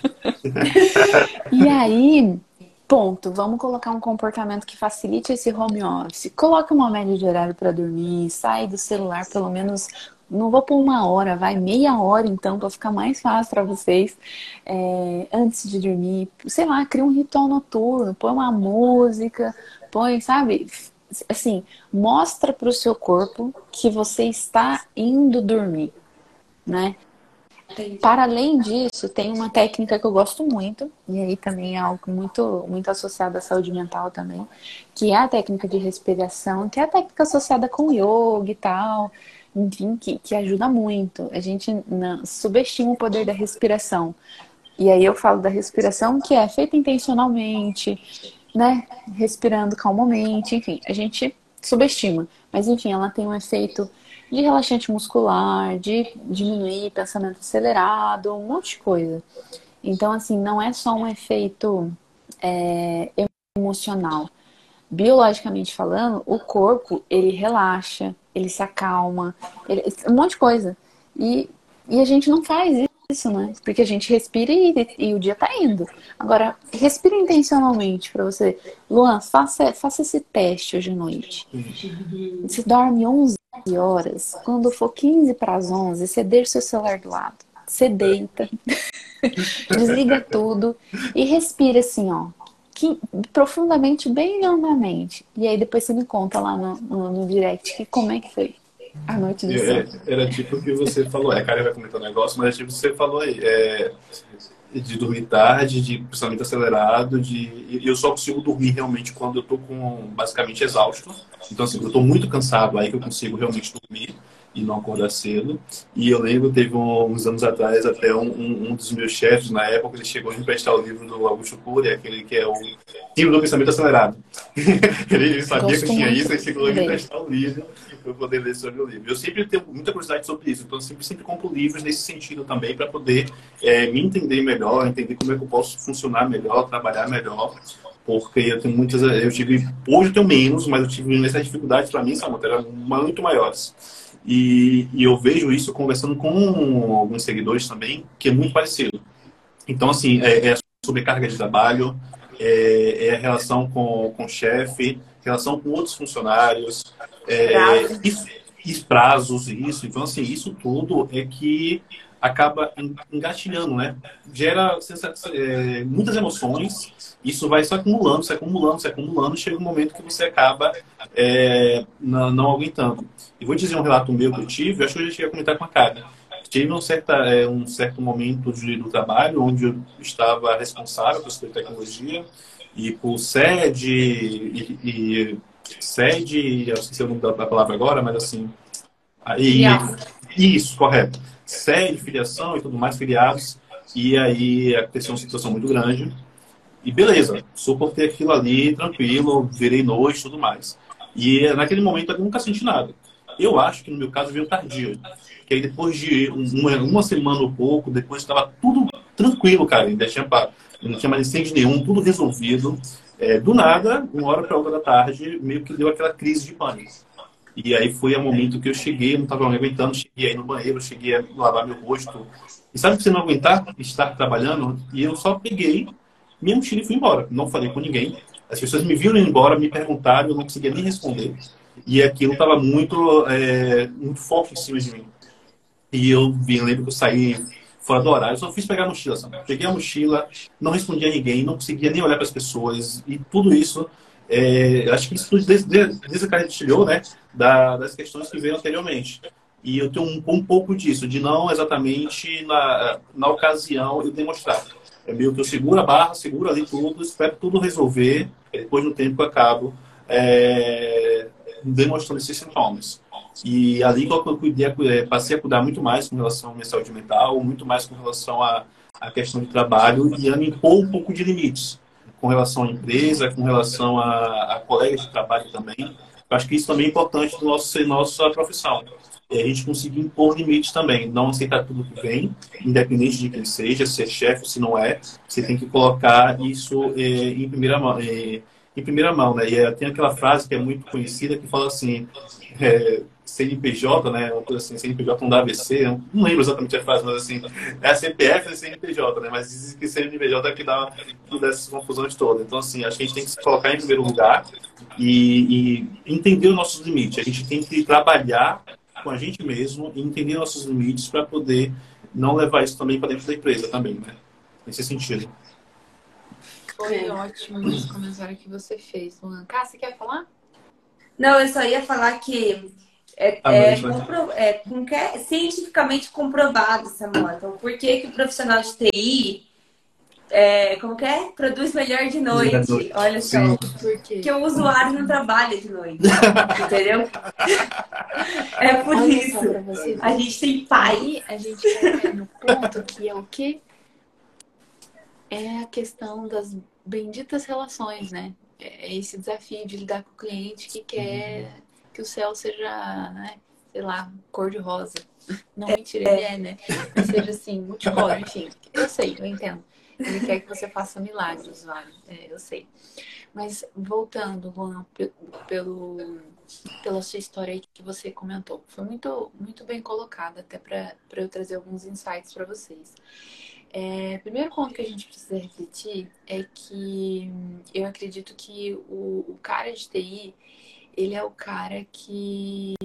E aí... Ponto. Vamos colocar um comportamento que facilite esse home office. Coloque uma média de horário para dormir. Sai do celular pelo menos... Não vou por 1 hora, vai meia hora então, para ficar mais fácil para vocês. Antes de dormir. Sei lá, cria um ritual noturno. Põe uma música. Põe, sabe? Assim, mostra para o seu corpo que você está indo dormir, né? Para além disso, tem uma técnica que eu gosto muito, e aí também é algo muito, muito associado à saúde mental também, que é a técnica de respiração, que é a técnica associada com yoga e tal, enfim, que ajuda muito. A gente não subestima o poder da respiração. E aí eu falo da respiração que é feita intencionalmente, né? Respirando calmamente, enfim, a gente subestima. Mas enfim, ela tem um efeito de relaxante muscular, de diminuir pensamento acelerado, um monte de coisa. Então, assim, não é só um efeito emocional. Biologicamente falando, o corpo, ele relaxa, ele se acalma, um monte de coisa. E a gente não faz isso, né? Porque a gente respira e o dia tá indo. Agora, respira intencionalmente pra você. Luan, faça esse teste hoje à noite. Você dorme 11 horas. Quando for 15 para as 11, você deixa o seu celular do lado. Você deita, desliga tudo e respira assim, ó. Profundamente, bem longamente. E aí depois você me conta lá no direct que como é que foi a noite do céu. Era tipo o que você falou. A Karen vai comentar um negócio, mas é tipo o que você falou aí. De dormir tarde, de pensamento acelerado, e eu só consigo dormir realmente quando eu tô basicamente exausto. Então, assim, eu tô muito cansado, aí que eu consigo realmente dormir e não acordar cedo. E eu lembro, teve uns anos atrás, até um dos meus chefes, na época, ele chegou a emprestar o livro do Augusto Cury, aquele que é o livro do pensamento acelerado. Ele sabia que eu tinha isso, ele chegou a emprestar o livro. para poder ler sobre o livro. Eu sempre tenho muita curiosidade sobre isso, então eu sempre compro livros nesse sentido também para poder me entender melhor, entender como é que eu posso funcionar melhor, trabalhar melhor, porque eu tenho hoje eu tenho menos, mas eu tive essas dificuldades para mim, Samanta, eram muito maiores. E eu vejo isso conversando com alguns seguidores também, que é muito parecido. Então, assim, é sobrecarga de trabalho, a relação com o chefe, relação com outros funcionários, Prazo. e prazos, isso. Então, assim, isso tudo é que acaba engatilhando, né? Gera muitas emoções, isso vai se acumulando, se acumulando, se acumulando, chega um momento que você acaba não aguentando. E vou dizer um relato meu que eu tive, eu acho que eu já cheguei a comentar com a Karen. Tive um certo momento do trabalho onde eu estava responsável por essa tecnologia e por sede, eu esqueci o nome da palavra agora, mas assim, aí, Filial. isso, correto. Sede, filiação e tudo mais, filiados, e aí aconteceu uma situação muito grande, e beleza, suportei aquilo ali, tranquilo, virei noite e tudo mais. E naquele momento eu nunca senti nada. Eu acho que no meu caso veio tardio. Que aí depois de uma semana ou pouco, depois estava tudo tranquilo, cara. Não tinha mais incêndio nenhum, tudo resolvido. Do nada, uma hora para outra da tarde, meio que deu aquela crise de pânico. E aí foi o momento que eu cheguei, eu não estava aguentando, cheguei aí no banheiro, cheguei a lavar meu rosto. E sabe que você não aguentar estar trabalhando? E eu só peguei minha mochila e fui embora. Não falei com ninguém. As pessoas me viram indo embora, me perguntaram, eu não conseguia nem responder. E aquilo estava muito forte em cima de mim. E lembro que eu saí fora do horário, só fiz pegar a mochila, sabe? Peguei a mochila, não respondi a ninguém, não conseguia nem olhar para as pessoas. E tudo isso, acho que isso tudo desencadeou, né, das questões que veio anteriormente. E eu tenho um pouco disso, de não exatamente na ocasião eu demonstrar. É meio que eu seguro a barra, seguro ali tudo, espero tudo resolver, e depois no tempo eu acabo demonstrando esses sintomas. E ali que passei a cuidar muito mais com relação à minha saúde mental, muito mais com relação à questão de trabalho e a me impor um pouco de limites com relação à empresa, com relação a colegas de trabalho também. Eu acho que isso também é importante no nossa profissão. E a gente conseguir impor limites também, não aceitar tudo que vem, independente de quem seja, se é chefe ou se não é, você tem que colocar isso em primeira mão, né? E tem aquela frase que é muito conhecida que fala assim, CNPJ, né? Uma coisa assim, CNPJ não dá AVC, eu não lembro exatamente a frase, mas assim, é a CPF e CNPJ, né? Mas dizem que CNPJ é que dá todas essas confusões todas. Então, assim, acho que a gente tem que se colocar em primeiro lugar e entender os nossos limites. A gente tem que trabalhar com a gente mesmo e entender nossos limites para poder não levar isso também para dentro da empresa também, né? Nesse sentido. Foi ótimo esse comentário que você fez, Luan. Cá, você quer falar? Não, eu só ia falar que cientificamente comprovado, Samuel. Então, por que que o profissional de TI produz melhor de noite? Olha só, Sim. Por quê? porque o usuário não trabalha de noite, entendeu? É por Olha isso. só pra você. A gente tem pai. Aí a gente vai no ponto que é o quê? É a questão das benditas relações, né? É esse desafio de lidar com o cliente que quer que o céu seja, né, sei lá, cor-de-rosa. Não, mentira, ele é, né? Mas seja assim, multicolor, enfim. Eu sei, eu entendo. Ele quer que você faça milagres, vale. Eu sei. Mas voltando, Luan, pela sua história aí que você comentou. Foi muito, muito bem colocada, até para eu trazer alguns insights para vocês. Primeiro ponto que a gente precisa refletir é que eu acredito que o cara de TI, ele é o cara que,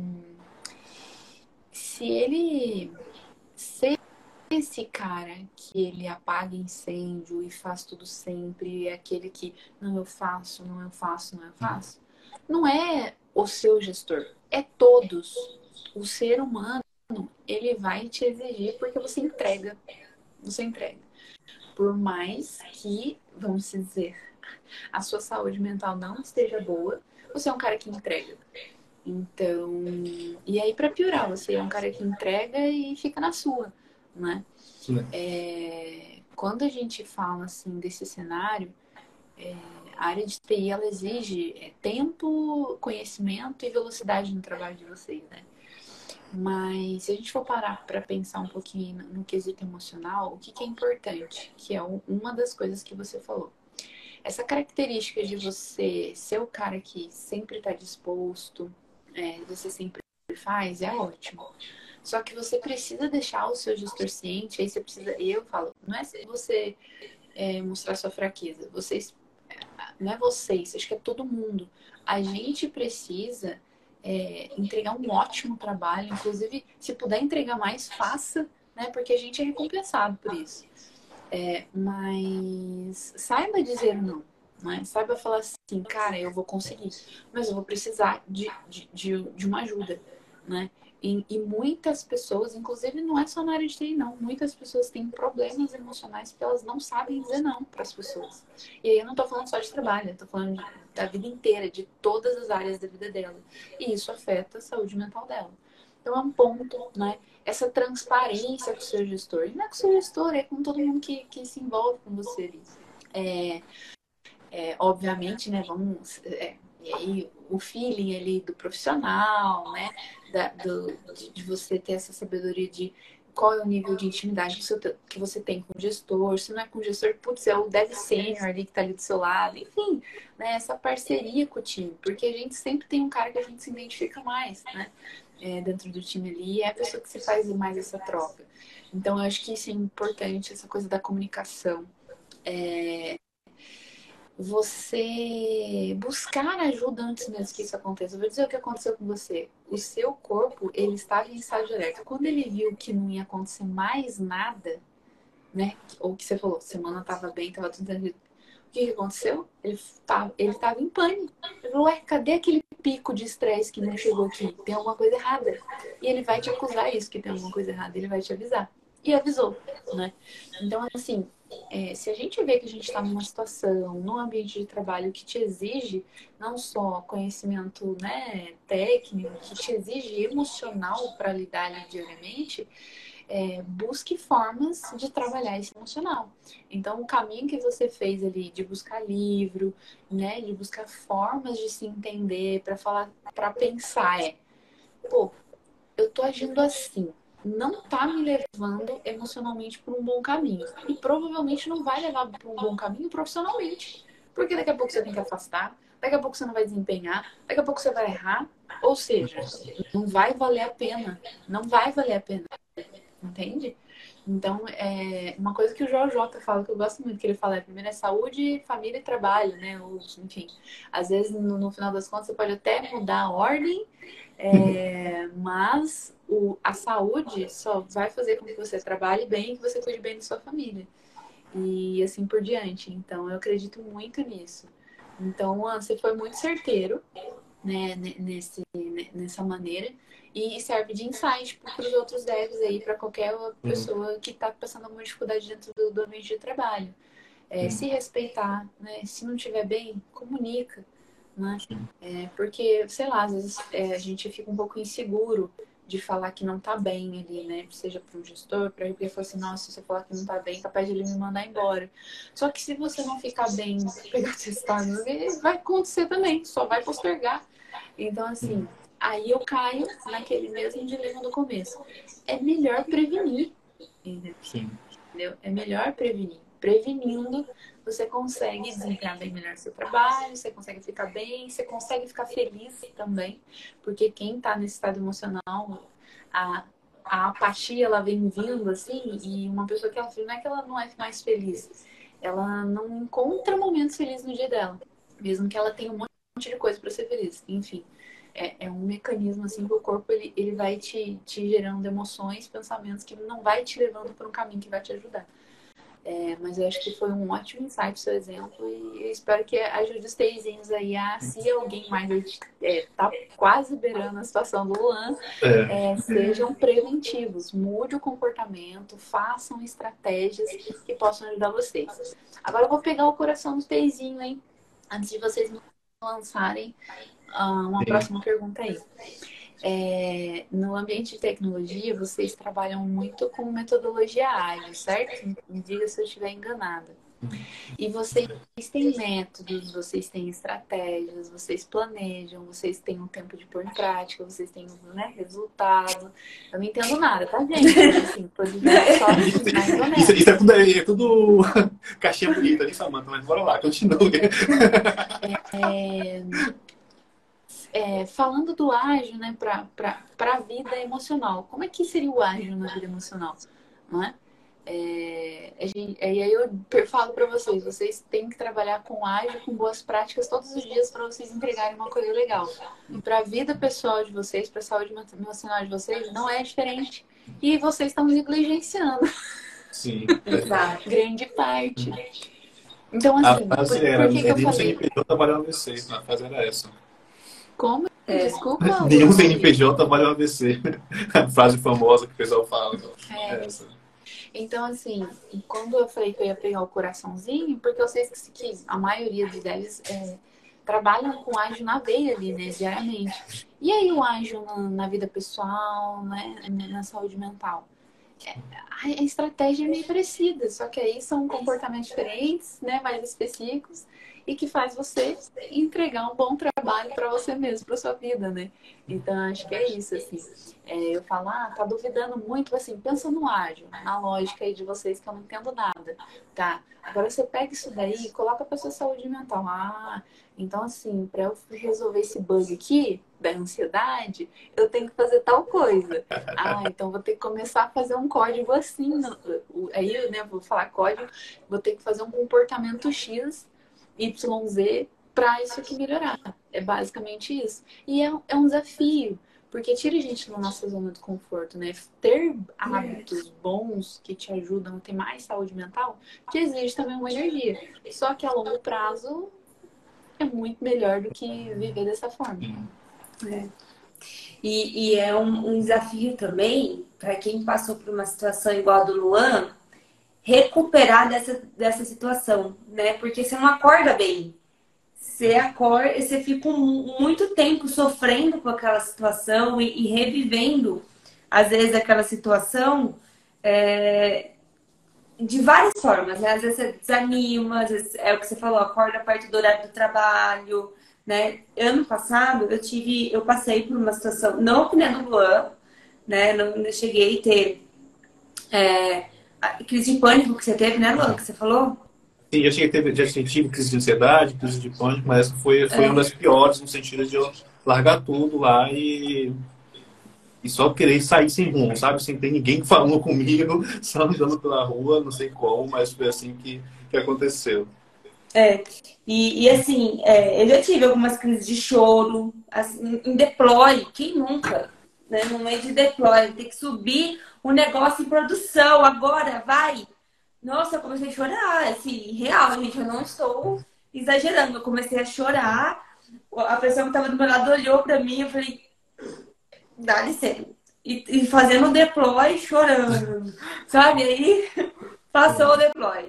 se ele ser esse cara que ele apaga incêndio e faz tudo sempre, é aquele que não eu faço, não eu faço, não eu faço, não é o seu gestor, é todos. O ser humano, ele vai te exigir porque você entrega. Você entrega. Por mais que, vamos dizer, a sua saúde mental não esteja boa, você é um cara que entrega. Então, e aí para piorar, você é um cara que entrega e fica na sua, né? Quando a gente fala assim desse cenário, a área de TI, ela exige tempo, conhecimento e velocidade no trabalho de vocês, né? Mas se a gente for parar para pensar um pouquinho no quesito emocional, o que é importante? Que é uma das coisas que você falou. Essa característica de você ser o cara que sempre está disposto, você sempre faz, é ótimo. Só que você precisa deixar o seu gestor ciente, aí você precisa, eu falo, não é você mostrar sua fraqueza, não é vocês, acho que é todo mundo. A gente precisa entregar um ótimo trabalho, inclusive, se puder entregar mais, faça, né? Porque a gente é recompensado por isso. Mas saiba dizer não, né? Saiba falar assim, cara, eu vou conseguir, mas eu vou precisar de uma ajuda, né? E muitas pessoas, inclusive não é só na área de TI, não. Muitas pessoas têm problemas emocionais porque elas não sabem dizer não para as pessoas. E aí eu não tô falando só de trabalho, eu tô falando da vida inteira, de todas as áreas da vida dela. E isso afeta a saúde mental dela. Então é um ponto, né? Essa transparência com o seu gestor. E não é com o seu gestor, é com todo mundo que se envolve com você ali. Obviamente, né? E aí o feeling ali do profissional, né? De você ter essa sabedoria de qual é o nível de intimidade que você tem com o gestor. Se não é com o gestor, putz, é o dev sênior ali que tá ali do seu lado. Enfim, né? Essa parceria com o time. Porque a gente sempre tem um cara que a gente se identifica mais, né? Dentro do time ali, e é a pessoa que se faz mais essa troca. Então, eu acho que isso é importante, essa coisa da comunicação. Você buscar ajuda antes mesmo que isso aconteça. Eu vou dizer o que aconteceu com você. O seu corpo, ele estava em estado de alerta. Quando ele viu que não ia acontecer mais nada, né? Ou que você falou, semana estava bem, estava tudo tranquilo. O que aconteceu? Ele estava em pânico. Ele falou, ué, cadê aquele pico de estresse que não chegou aqui? Tem alguma coisa errada. E ele vai te acusar isso, que tem alguma coisa errada. Ele vai te avisar. E avisou, né? Então, assim, se a gente vê que a gente está numa situação, num ambiente de trabalho que te exige não só conhecimento, né, técnico, que te exige emocional para lidar ali diariamente, busque formas de trabalhar esse emocional. Então, o caminho que você fez ali de buscar livro, né, de buscar formas de se entender, para falar, para pensar, pô, eu tô agindo assim, não tá me levando emocionalmente por um bom caminho. E provavelmente não vai levar para um bom caminho profissionalmente. Porque daqui a pouco você tem que afastar, daqui a pouco você não vai desempenhar, daqui a pouco você vai errar. Ou seja, não vai valer a pena. Não vai valer a pena. Entende? Então, uma coisa que o JJ fala, que eu gosto muito, que ele fala, primeiro é saúde, família e trabalho, né? Ou, enfim, às vezes, no final das contas, você pode até mudar a ordem, mas a saúde só vai fazer com que você trabalhe bem e que você cuide bem da sua família. E assim por diante. Então, eu acredito muito nisso. Então, você foi muito certeiro, né, nessa maneira, e serve de insight para os outros devs aí, para qualquer pessoa que está passando alguma dificuldade dentro do ambiente de trabalho. Se respeitar, né? Se não estiver bem, comunica, né? Porque, sei lá, às vezes a gente fica um pouco inseguro de falar que não tá bem ali, né? Seja para um gestor, para ele falar assim, nossa, se eu falar que não tá bem, capaz de ele me mandar embora. Só que se você não ficar bem, pegar o testado, vai acontecer também, só vai postergar. Então, assim, aí eu caio naquele mesmo dilema do começo. É melhor prevenir, entendeu? É melhor prevenir. Prevenindo, você consegue desempenhar bem melhor seu trabalho, você consegue ficar bem, você consegue ficar feliz também, porque quem está nesse estado emocional, a apatia, ela vem vindo assim, e uma pessoa que ela não é que ela não é mais feliz, ela não encontra momentos felizes no dia dela, mesmo que ela tenha um monte de coisa para ser feliz, enfim. É um mecanismo assim que o corpo ele vai te gerando emoções, pensamentos que não vai te levando para um caminho que vai te ajudar. Mas eu acho que foi um ótimo insight o seu exemplo e eu espero que ajude os teizinhos aí se alguém mais tá quase beirando a situação do Luan, sejam preventivos, mude o comportamento, façam estratégias que possam ajudar vocês. Agora eu vou pegar o coração do teizinho, hein? Antes de vocês me lançarem uma próxima pergunta aí. No ambiente de tecnologia, vocês trabalham muito com metodologia ágil, certo? Me diga se eu estiver enganada. E vocês têm métodos, vocês têm estratégias, vocês planejam, vocês têm um tempo de pôr em prática, vocês têm, né, resultado. Eu não entendo nada, tá, gente? Mas, assim, tô dizendo só assim, mais ou Isso, menos. isso é tudo caixinha bonita ali, Samanta, mas bora lá, continue. Falando do ágil, né, para a vida emocional. Como é que seria o ágil na vida emocional? Não é? E aí eu falo para vocês têm que trabalhar com ágil, com boas práticas todos os dias para vocês entregarem uma coisa legal. Para a vida pessoal de vocês, para a saúde emocional de vocês, não é diferente. E vocês estão negligenciando Sim. Exato. grande parte. Então, A assim, frase por era, que eu nenhum falei? CNPJ vale um AVC. A frase era essa. Como? Desculpa, Nenhum eu não ouvi. CNPJ vale um AVC. A frase famosa que o pessoal fala. É, É essa. Então, assim, quando eu falei que eu ia pegar o coraçãozinho, porque eu sei que a maioria dos devs trabalham com ágil na veia ali, né, diariamente. E aí o ágil na vida pessoal, né, na saúde mental? A estratégia é meio parecida, só que aí são comportamentos diferentes, né, mais específicos, e que faz você entregar um bom trabalho para você mesmo, para sua vida, né? Então, acho que é isso, assim. Eu falo, tá duvidando muito, assim, pensa no ágil, na lógica aí de vocês que eu não entendo nada, tá? Agora você pega isso daí e coloca para sua saúde mental. Então, assim, para eu resolver esse bug aqui, da ansiedade, eu tenho que fazer tal coisa. Então vou ter que começar a fazer um código assim. Aí, né, vou falar código, vou ter que fazer um comportamento X, Y, Z para isso aqui melhorar. É basicamente isso. E é um desafio, porque tira a gente da nossa zona de conforto, né? Ter hábitos bons que te ajudam a ter mais saúde mental, que exige também uma energia. Só que a longo prazo é muito melhor do que viver dessa forma. É. E é um desafio também para quem passou por uma situação igual a do Luan, recuperar dessa situação, né? Porque você não acorda bem. Você acorda, você fica muito tempo sofrendo com aquela situação e revivendo, às vezes, aquela situação de várias formas, né? Às vezes você desanima, às vezes é o que você falou, acorda a parte do horário do trabalho, né? Ano passado eu passei por uma situação, não que nem a do Luan, né? Não cheguei a ter a crise de pânico que você teve, né, Luan, que você falou? Sim, já tive crise de ansiedade, crise de pânico, mas essa foi uma das piores, no sentido de eu largar tudo lá e só querer sair sem rumo, sabe? Sem ter ninguém que falou comigo, só andando pela rua, não sei como, mas foi assim que aconteceu. É, e assim, eu já tive algumas crises de choro, assim, em deploy, quem nunca, né? No meio de deploy, tem que subir o negócio em produção, agora vai. Nossa, eu comecei a chorar, assim, real, gente, eu não estou exagerando, eu comecei a chorar, a pessoa que estava do meu lado olhou pra mim, eu falei, dá licença. E fazendo o deploy, chorando, sabe? Aí passou o deploy.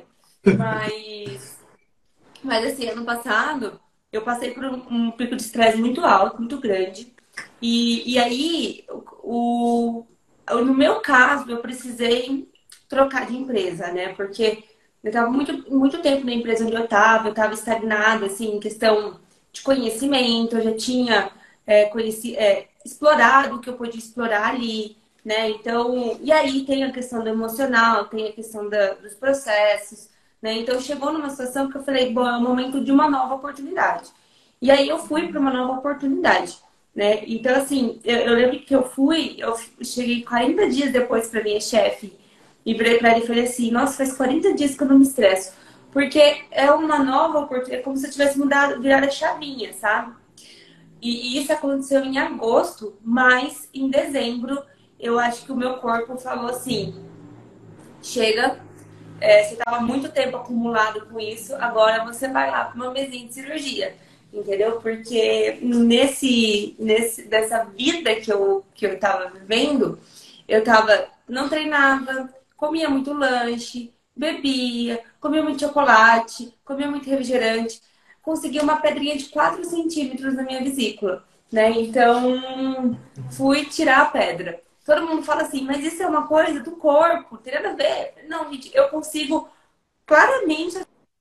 Mas assim, ano passado, eu passei por um pico de estresse muito alto, muito grande. E aí, no meu caso, eu precisei trocar de empresa, né? Porque eu estava muito tempo na empresa onde eu estava estagnada, assim, em questão de conhecimento, eu já tinha explorado o que eu podia explorar ali, né? Então, e aí tem a questão do emocional, tem a questão dos processos, né? Então chegou numa situação que eu falei, bom, é o momento de uma nova oportunidade. E aí eu fui para uma nova oportunidade, né? Então, assim, eu lembro que eu cheguei 40 dias depois para minha chefe e virei para ele e falei assim, nossa, faz 40 dias que eu não me estresso. Porque é uma nova oportunidade, é como se eu tivesse virado a chavinha, sabe? E isso aconteceu em agosto, mas em dezembro eu acho que o meu corpo falou assim, chega, você estava muito tempo acumulado com isso, agora você vai lá para uma mesinha de cirurgia, entendeu? Porque dessa vida que eu estava vivendo, não treinava, comia muito lanche, bebia, comia muito chocolate, comia muito refrigerante, consegui uma pedrinha de 4 centímetros na minha vesícula, né? Então, fui tirar a pedra. Todo mundo fala assim, mas isso é uma coisa do corpo, tem nada a ver. Não, gente, eu consigo claramente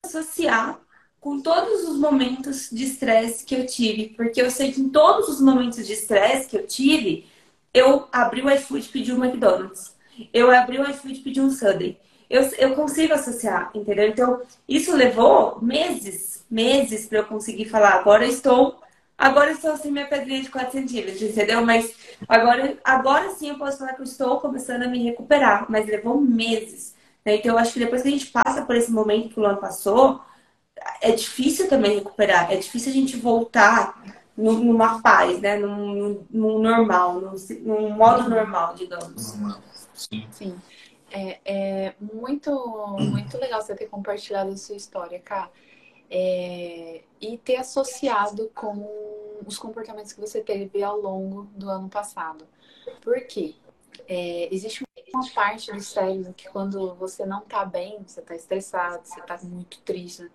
associar com todos os momentos de estresse que eu tive, porque eu sei que em todos os momentos de estresse que eu tive, eu abri o iFood e pedi um McDonald's. Eu abri o iFood e pedi um Subway. Eu consigo associar, entendeu? Então, isso levou meses para eu conseguir falar, agora eu estou sem minha pedrinha de 4 centímetros, entendeu? Mas agora sim eu posso falar que eu estou começando a me recuperar, mas levou meses, né? Então, eu acho que depois que a gente passa por esse momento que o Luan passou, é difícil também recuperar, é difícil a gente voltar numa paz, né? Num normal, num modo normal, digamos. Sim. Sim. É muito, muito legal você ter compartilhado a sua história, Cá. E ter associado com os comportamentos que você teve ao longo do ano passado. Por quê? Existe uma parte do cérebro que quando você não tá bem, você tá estressado, você tá muito triste,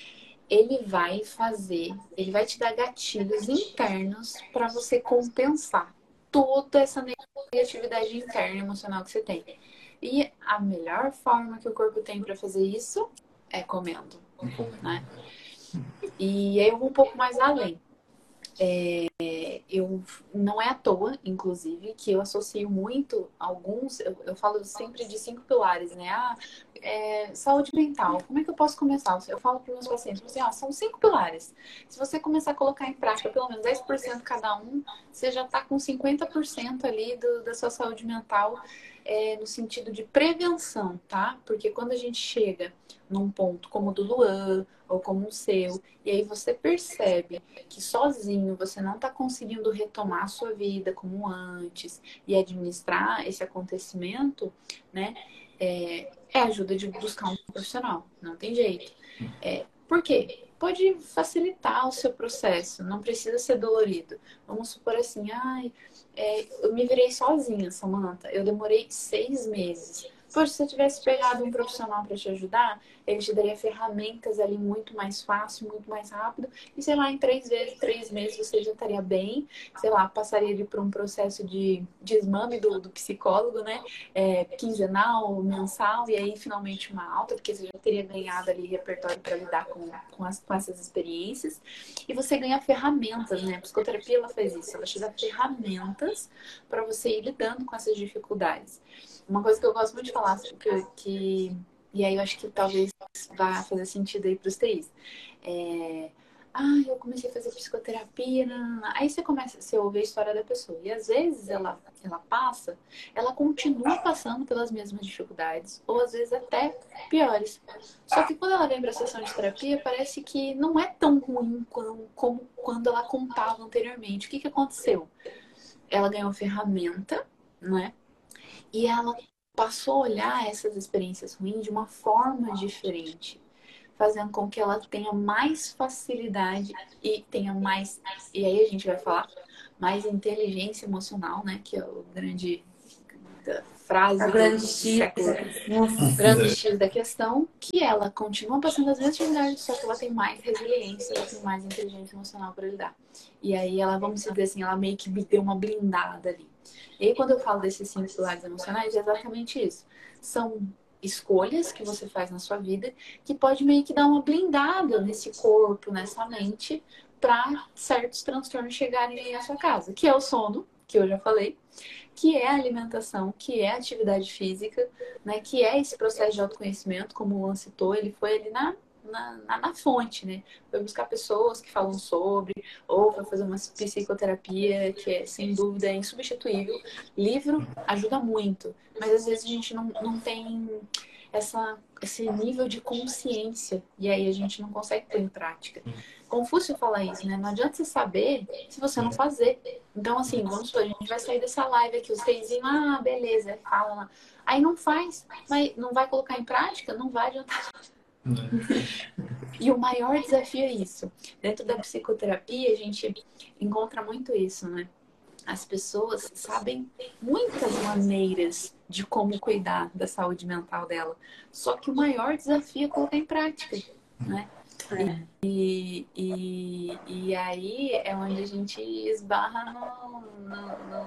ele vai te dar gatilhos internos para você compensar toda essa negatividade interna emocional que você tem. E a melhor forma que o corpo tem para fazer isso é comendo, né? E aí eu vou um pouco mais além. Não é à toa, inclusive, que eu associo muito alguns, eu falo sempre de 5 pilares, né? Saúde mental, como é que eu posso começar? Eu falo para os meus pacientes, assim, são 5 pilares. Se você começar a colocar em prática pelo menos 10% cada um, você já está com 50% ali da sua saúde mental, no sentido de prevenção, tá? Porque quando a gente chega num ponto como o do Luan, ou como o seu, e aí você percebe que sozinho você não está conseguindo retomar a sua vida como antes e administrar esse acontecimento, né? É ajuda de buscar um profissional, não tem jeito. Por quê? Pode facilitar o seu processo, não precisa ser dolorido. Vamos supor assim, eu me virei sozinha, Samantha, eu demorei 6 meses. Poxa, se eu tivesse pegado um profissional para te ajudar, ele te daria ferramentas ali muito mais fácil, muito mais rápido. E sei lá, em 3 meses você já estaria bem. Sei lá, passaria ali por um processo de desmame do psicólogo, né? Quinzenal, mensal, e aí finalmente uma alta, porque você já teria ganhado ali repertório para lidar com essas experiências. E você ganha ferramentas, né? A psicoterapia ela faz isso, ela te dá ferramentas para você ir lidando com essas dificuldades. Uma coisa que eu gosto muito de falar, e aí eu acho que talvez vá fazer sentido aí para os três. Eu comecei a fazer psicoterapia, aí você ouve a história da pessoa. E às vezes ela continua passando pelas mesmas dificuldades, ou às vezes até piores. Só que quando ela vem para a sessão de terapia, parece que não é tão ruim como quando ela contava anteriormente. O que aconteceu? Ela ganhou ferramenta, né? E ela passou a olhar essas experiências ruins de uma forma diferente, fazendo com que ela tenha mais facilidade e tenha mais. E aí a gente vai falar mais inteligência emocional, né? Que é o grande frase A do grande X. século. Grande X da questão, que ela continua passando as mesmas dificuldades, só que ela tem mais resiliência, ela tem mais inteligência emocional para lidar. E aí ela, vamos dizer assim, ela meio que deu uma blindada ali. E aí quando eu falo desses 5 pilares emocionais, é exatamente isso. São escolhas que você faz na sua vida que pode meio que dar uma blindada nesse corpo, nessa mente, para certos transtornos chegarem aí à sua casa, que é o sono, que eu já falei, que é a alimentação, que é a atividade física, né, que é esse processo de autoconhecimento, como o Luan citou, ele foi ali na fonte, né? Foi buscar pessoas que falam sobre, ou foi fazer uma psicoterapia, que é, sem dúvida, é insubstituível. Livro ajuda muito, mas às vezes a gente não tem esse nível de consciência, e aí a gente não consegue pôr em prática. Confúcio fala isso, né? Não adianta você saber se você não fazer. Então, assim, vamos supor, a gente vai sair dessa live aqui, os três iam, beleza, fala lá. Aí não faz, mas não vai colocar em prática, não vai adiantar. E o maior desafio é isso. Dentro da psicoterapia, a gente encontra muito isso, né? As pessoas sabem muitas maneiras de como cuidar da saúde mental dela. Só que o maior desafio é colocar em prática, né? E aí é onde a gente esbarra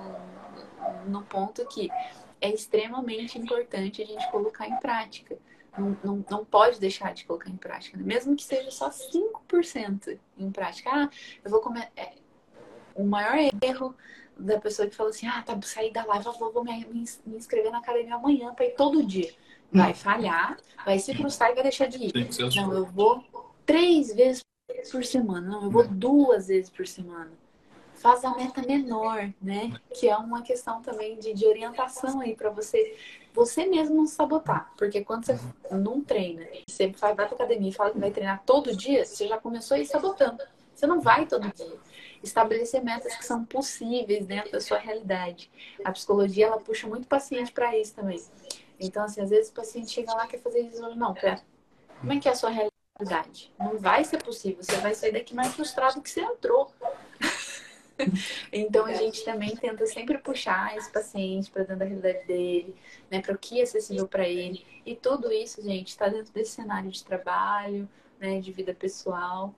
no ponto que é extremamente importante a gente colocar em prática. não pode deixar de colocar em prática, né? Mesmo que seja só 5% em prática. Ah, eu vou comer. O maior erro da pessoa que fala assim, tá, sair da live, eu vou me inscrever na academia amanhã para ir todo dia. Vai falhar, vai se frustrar e vai deixar de ir. Não, eu vou 3 vezes por semana. Não, eu vou 2 vezes por semana. Faz a meta menor, né? Que é uma questão também de orientação aí para você mesmo não se sabotar. Porque quando você não treina, você vai pra academia e fala que vai treinar todo dia, você já começou a ir sabotando. Você não vai todo dia. Estabelecer metas que são possíveis dentro da sua realidade. A psicologia, ela puxa muito paciente para isso também. Então, assim, às vezes o paciente chega lá e quer fazer isso. Não, pera. Como é que é a sua realidade? Não vai ser possível. Você vai sair daqui mais frustrado que você entrou. Então, a gente também tenta sempre puxar esse paciente para dentro da realidade dele, né, para o que é acessível para ele. E tudo isso, gente, está dentro desse cenário de trabalho, né, de vida pessoal.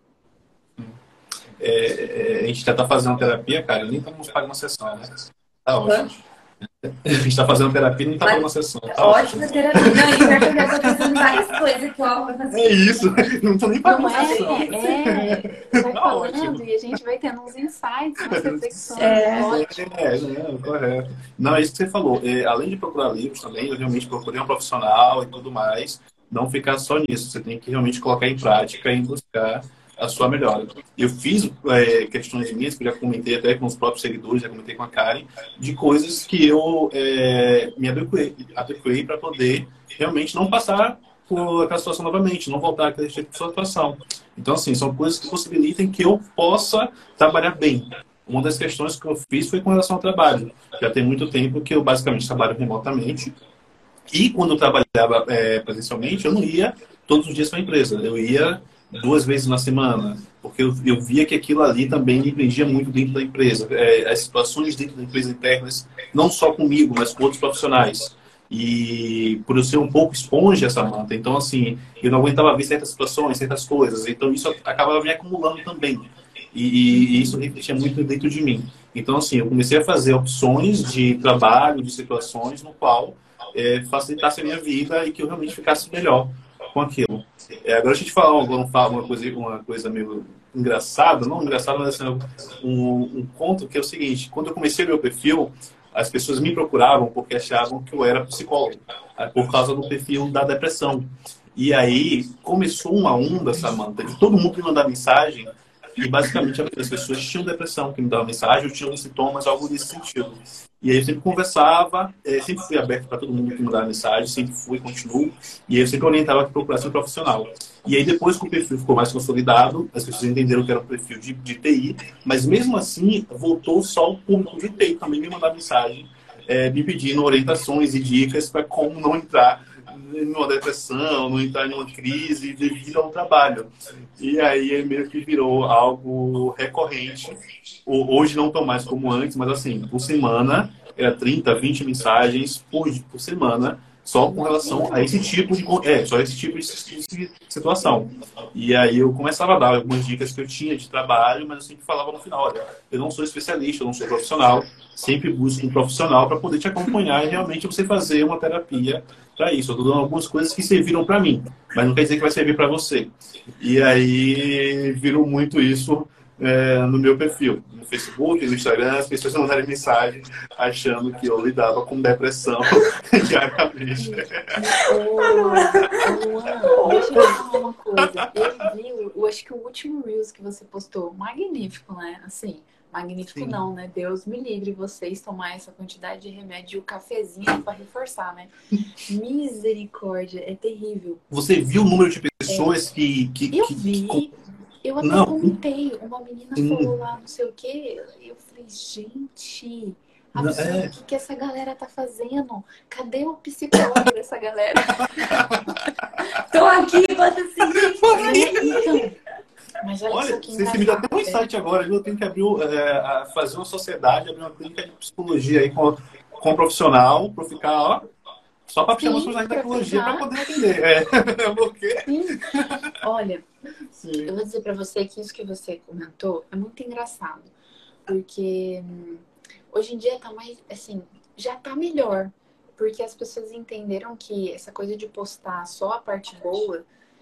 A gente já está fazendo terapia, cara, nem estamos pagando uma sessão, né? Tá ótimo. A gente está fazendo terapia e não está pagando uma sessão. Tá ótima ótimo. Terapia. Não, e já que eu já tô fazendo várias coisas que eu vou fazer. É isso, não estou nem pagando uma sessão. Vai falando e a gente vai tendo uns insights, umas reflexões. Correto. Não, é isso que você falou. Além de procurar livros também, eu realmente procurei um profissional e tudo mais. Não ficar só nisso. Você tem que realmente colocar em prática e buscar a sua melhora. Eu fiz questões minhas, que eu já comentei até com os próprios seguidores, já comentei com a Karen, de coisas que eu me adequei para poder realmente não passar por aquela situação novamente, não voltar àquela situação. Então, assim, são coisas que possibilitem que eu possa trabalhar bem. Uma das questões que eu fiz foi com relação ao trabalho. Já tem muito tempo que eu basicamente trabalho remotamente. E quando eu trabalhava presencialmente, eu não ia todos os dias para a empresa. Eu ia 2 vezes na semana, porque eu via que aquilo ali também me prendia muito dentro da empresa. As situações dentro da empresa internas, não só comigo, mas com outros profissionais. E por eu ser um pouco esponja, Samantha, então assim, eu não aguentava ver certas situações, certas coisas. Então isso acabava me acumulando também. E isso refletia muito dentro de mim. Então assim, eu comecei a fazer opções de trabalho, de situações no qual facilitasse a minha vida e que eu realmente ficasse melhor com aquilo. Agora a gente fala uma coisa meio engraçada, não engraçada, mas assim, um conto que é o seguinte: quando eu comecei o meu perfil, as pessoas me procuravam porque achavam que eu era psicólogo, por causa do perfil da depressão. E aí começou uma onda, Samantha, de todo mundo me mandar mensagem e basicamente as pessoas tinham depressão, que me davam mensagem, ou tinham sintomas, algo nesse sentido. E aí eu sempre conversava, sempre fui aberto para todo mundo que mandava mensagem, sempre fui, continuo, e aí eu sempre orientava que procurasse um profissional. E aí depois que o perfil ficou mais consolidado, as pessoas entenderam que era um perfil de TI, mas mesmo assim voltou só o público de TI também me mandar mensagem, me pedindo orientações e dicas para como não entrar numa depressão, não entrar em uma crise devido ao trabalho. E aí meio que virou algo recorrente. Hoje não tão mais como antes, mas assim, por semana, era 30, 20 mensagens por semana, só com relação a esse tipo de situação. E aí eu começava a dar algumas dicas que eu tinha de trabalho, mas eu sempre falava no final: olha, eu não sou especialista, eu não sou profissional, sempre busco um profissional para poder te acompanhar e realmente você fazer uma terapia para isso. Eu estou dando algumas coisas que serviram para mim, mas não quer dizer que vai servir para você. E aí virou muito isso no meu perfil, no Facebook, no Instagram, as pessoas mandarem mensagem achando que eu lidava com depressão diariamente. Deixa eu falar uma coisa. Eu acho que o último Reels que você postou, magnífico, né? Assim, magnífico. Sim. Não, né? Deus me livre vocês tomar essa quantidade de remédio e o cafezinho para reforçar, né? Misericórdia, é terrível. Você viu o número de pessoas Eu vi. Eu até comentei, uma menina falou lá, não sei o quê, e eu falei, gente, o que essa galera tá fazendo? Cadê o psicólogo dessa galera? Tô aqui, bota assim, então. Mas olha você me dá até um insight agora, eu tenho que fazer uma sociedade, abrir uma clínica de psicologia aí com um profissional, para ficar, só para chamar pessoas da tecnologia para poder atender. Porque... Sim. Olha, eu vou dizer para você que isso que você comentou é muito engraçado. Porque hoje em dia tá mais, assim, já tá melhor. porque as pessoas entenderam que essa coisa de postar só a parte boa,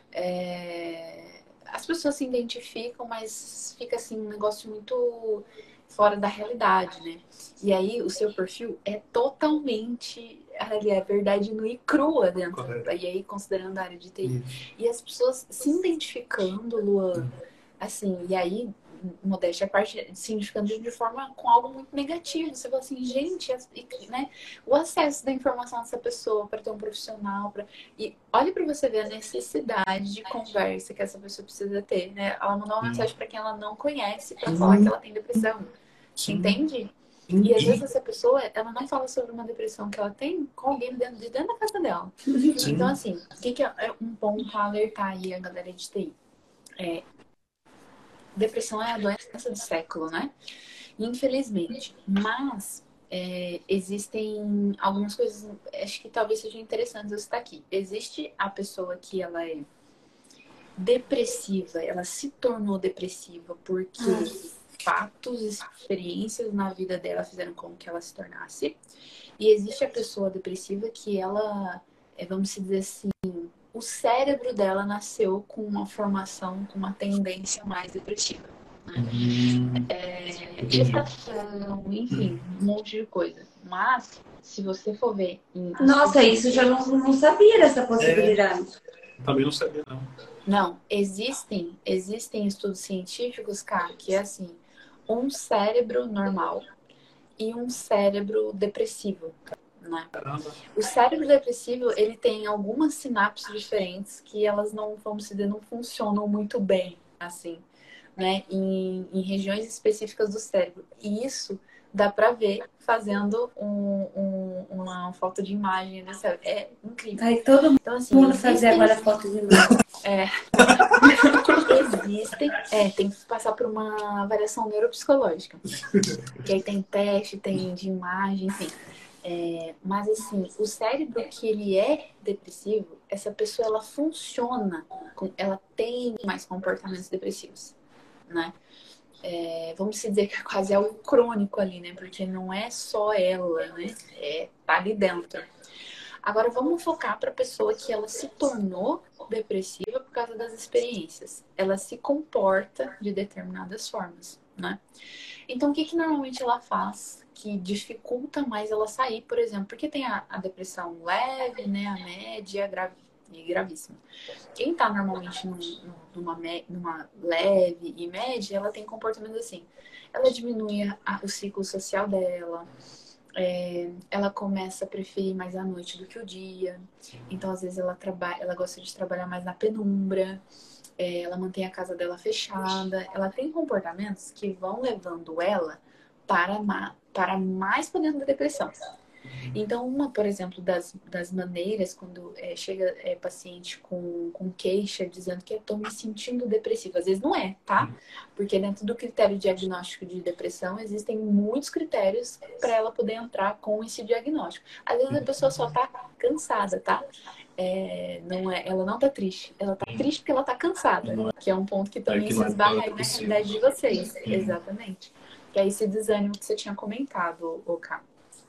as pessoas se identificam, mas fica assim um negócio muito fora da realidade, né? E aí o seu perfil é totalmente ali, a verdade nua e crua dentro. Correto. E aí, considerando a área de TI. Isso. E as pessoas se identificando, Luan, assim, e aí, modéstia à parte, se identificando de forma com algo muito negativo. Você fala assim, gente, né? O acesso da informação dessa pessoa para ter um profissional, e olhe para você ver a necessidade de conversa que essa pessoa precisa ter, né? Ela mandou uma mensagem para quem ela não conhece para falar que ela tem depressão. Sim. Entende? Sim. E às vezes essa pessoa, ela não fala sobre uma depressão que ela tem com alguém de dentro da casa dela. Sim. Então, assim, o que é um ponto a alertar aí a galera de TI? Depressão é a doença do século, né? Infelizmente. Mas existem algumas coisas, acho que talvez sejam interessantes eu citar aqui. Existe a pessoa que ela é depressiva, ela se tornou depressiva porque fatos, experiências na vida dela fizeram com que ela se tornasse. E existe a pessoa depressiva que ela, vamos dizer assim, o cérebro dela nasceu com uma formação, com uma tendência mais depressiva. Gestação, enfim, um monte de coisa. Mas, se você for ver... Nossa, isso eu já não sabia dessa possibilidade. Também não sabia, não. Não, existem estudos científicos, cara, que é assim, um cérebro normal e um cérebro depressivo, né? Caramba. O cérebro depressivo, ele tem algumas sinapses diferentes que elas não, vamos dizer, não funcionam muito bem, assim, né? Em regiões específicas do cérebro. E isso dá pra ver fazendo uma foto de imagem do cérebro. É incrível. Vai todo Então, assim, mundo fazer agora foto de imagem. Existem, tem que passar por uma avaliação neuropsicológica. Que aí tem teste, tem de imagem, enfim. Mas assim, o cérebro que ele é depressivo, essa pessoa ela funciona, ela tem mais comportamentos depressivos, né? Vamos dizer que é quase algo crônico ali, né? Porque não é só ela, né? Tá ali dentro. Agora vamos focar para a pessoa que ela se tornou depressiva por causa das experiências. Ela se comporta de determinadas formas, né? Então, o que normalmente ela faz que dificulta mais ela sair, por exemplo? Porque tem a depressão leve, né? A média e gravíssima. Quem tá normalmente numa leve e média, ela tem comportamentos assim. Ela diminui o ciclo social dela. Ela começa a preferir mais a noite do que o dia. Então, às vezes, ela gosta de trabalhar mais na penumbra. Ela mantém a casa dela fechada. Ela tem comportamentos que vão levando ela para mais para dentro da depressão. Então, por exemplo, das maneiras, quando chega paciente com queixa, dizendo que estou me sentindo depressiva. Às vezes não é, tá? Porque dentro do critério diagnóstico de depressão, existem muitos critérios para ela poder entrar com esse diagnóstico. Às vezes a pessoa só tá cansada, tá? Ela não tá triste. Ela tá triste porque ela tá cansada. Que é um ponto que também se esbarra aí na realidade de vocês. Exatamente. Que é esse desânimo que você tinha comentado, Oka.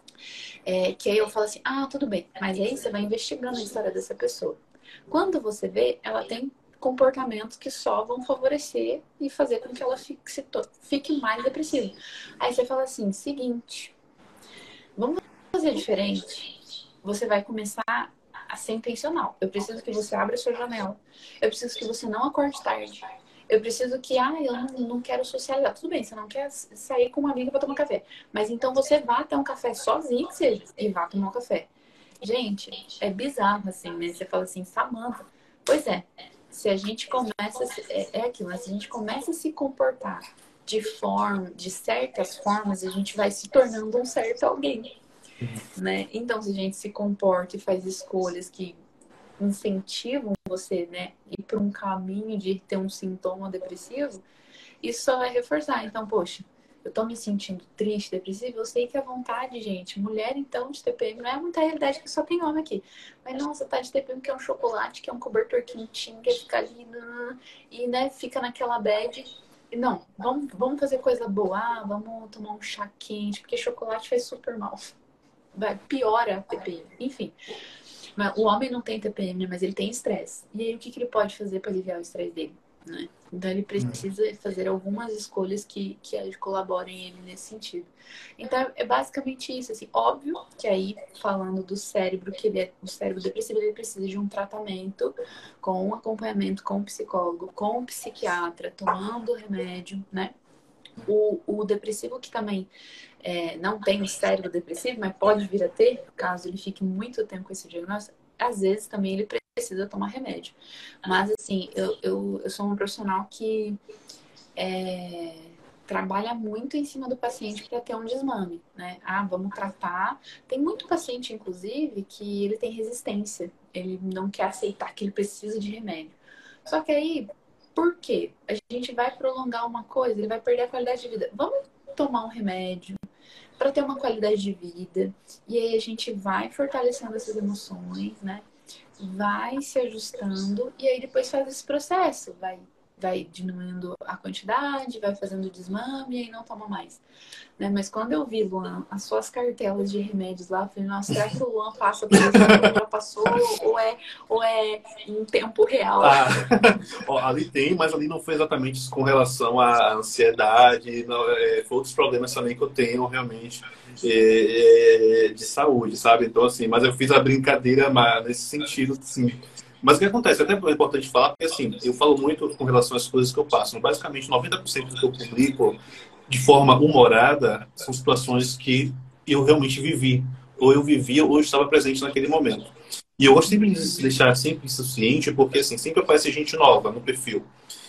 Que aí eu falo assim, tudo bem. Mas aí você vai investigando a história dessa pessoa. Quando você vê, ela tem comportamentos que só vão favorecer e fazer com que ela fique mais depressiva. Aí você fala assim, seguinte, vamos fazer diferente? Você vai começar a ser intencional. Eu preciso que você abra a sua janela. Eu preciso que você não acorde tarde. Eu preciso que, eu não quero socializar. Tudo bem, você não quer sair com uma amiga para tomar café. Mas então você vá ter um café sozinho, que seja, e vá tomar um café. Gente, é bizarro assim, né? Você fala assim, Samantha. Pois é, se a gente começa, aquilo, né? Se a gente começa a se comportar de certas formas, a gente vai se tornando um certo alguém, né? Então, se a gente se comporta e faz escolhas que incentivam você, né, ir para um caminho de ter um sintoma depressivo, isso só vai reforçar. Então, poxa, eu tô me sentindo triste, depressiva, eu sei que a vontade, gente, mulher então de TPM não é muita realidade que só tem homem aqui. Mas nossa, tá de TPM que é um chocolate, que é um cobertor quentinho, que é ficar ali e, né, fica naquela bad. Não, vamos fazer coisa boa, vamos tomar um chá quente, porque chocolate faz super mal. piora a TPM. Enfim, mas o homem não tem TPM, mas ele tem estresse. E aí, o que ele pode fazer para aliviar o estresse dele? Né? Então, ele precisa fazer algumas escolhas que colaborem ele nesse sentido. Então, é basicamente isso. Assim, óbvio que aí, falando do cérebro, que o cérebro depressivo, ele precisa de um tratamento com acompanhamento com o psicólogo, com o psiquiatra, tomando remédio, né? O depressivo que também não tem o cérebro depressivo, mas pode vir a ter, caso ele fique muito tempo com esse diagnóstico, às vezes também ele precisa tomar remédio. Mas, assim, eu sou uma profissional que trabalha muito em cima do paciente para ter um desmame, né? Vamos tratar. Tem muito paciente, inclusive, que ele tem resistência. Ele não quer aceitar que ele precisa de remédio. Só que aí, por quê? A gente vai prolongar uma coisa, ele vai perder a qualidade de vida. Vamos tomar um remédio para ter uma qualidade de vida. E aí a gente vai fortalecendo essas emoções, né? Vai se ajustando e aí depois faz esse processo. Vai diminuindo a quantidade, vai fazendo desmame e aí não toma mais. Né? Mas quando eu vi, Luan, as suas cartelas de remédios lá, eu falei, nossa, será que o Luan passa por isso? Será que ele já passou? Ou é em tempo real? Ó, ali tem, mas ali não foi exatamente isso com relação à ansiedade, não, foi outros problemas também que eu tenho realmente de saúde, sabe? Então, assim, mas eu fiz a brincadeira nesse sentido, sim. Mas o que acontece? Até é importante falar, porque assim, eu falo muito com relação às coisas que eu passo. Basicamente, 90% do que eu publico de forma humorada são situações que eu realmente vivi. Ou eu vivia, ou eu estava presente naquele momento. E eu gosto sempre de deixar sempre isso ciente, porque assim, sempre aparece gente nova no perfil.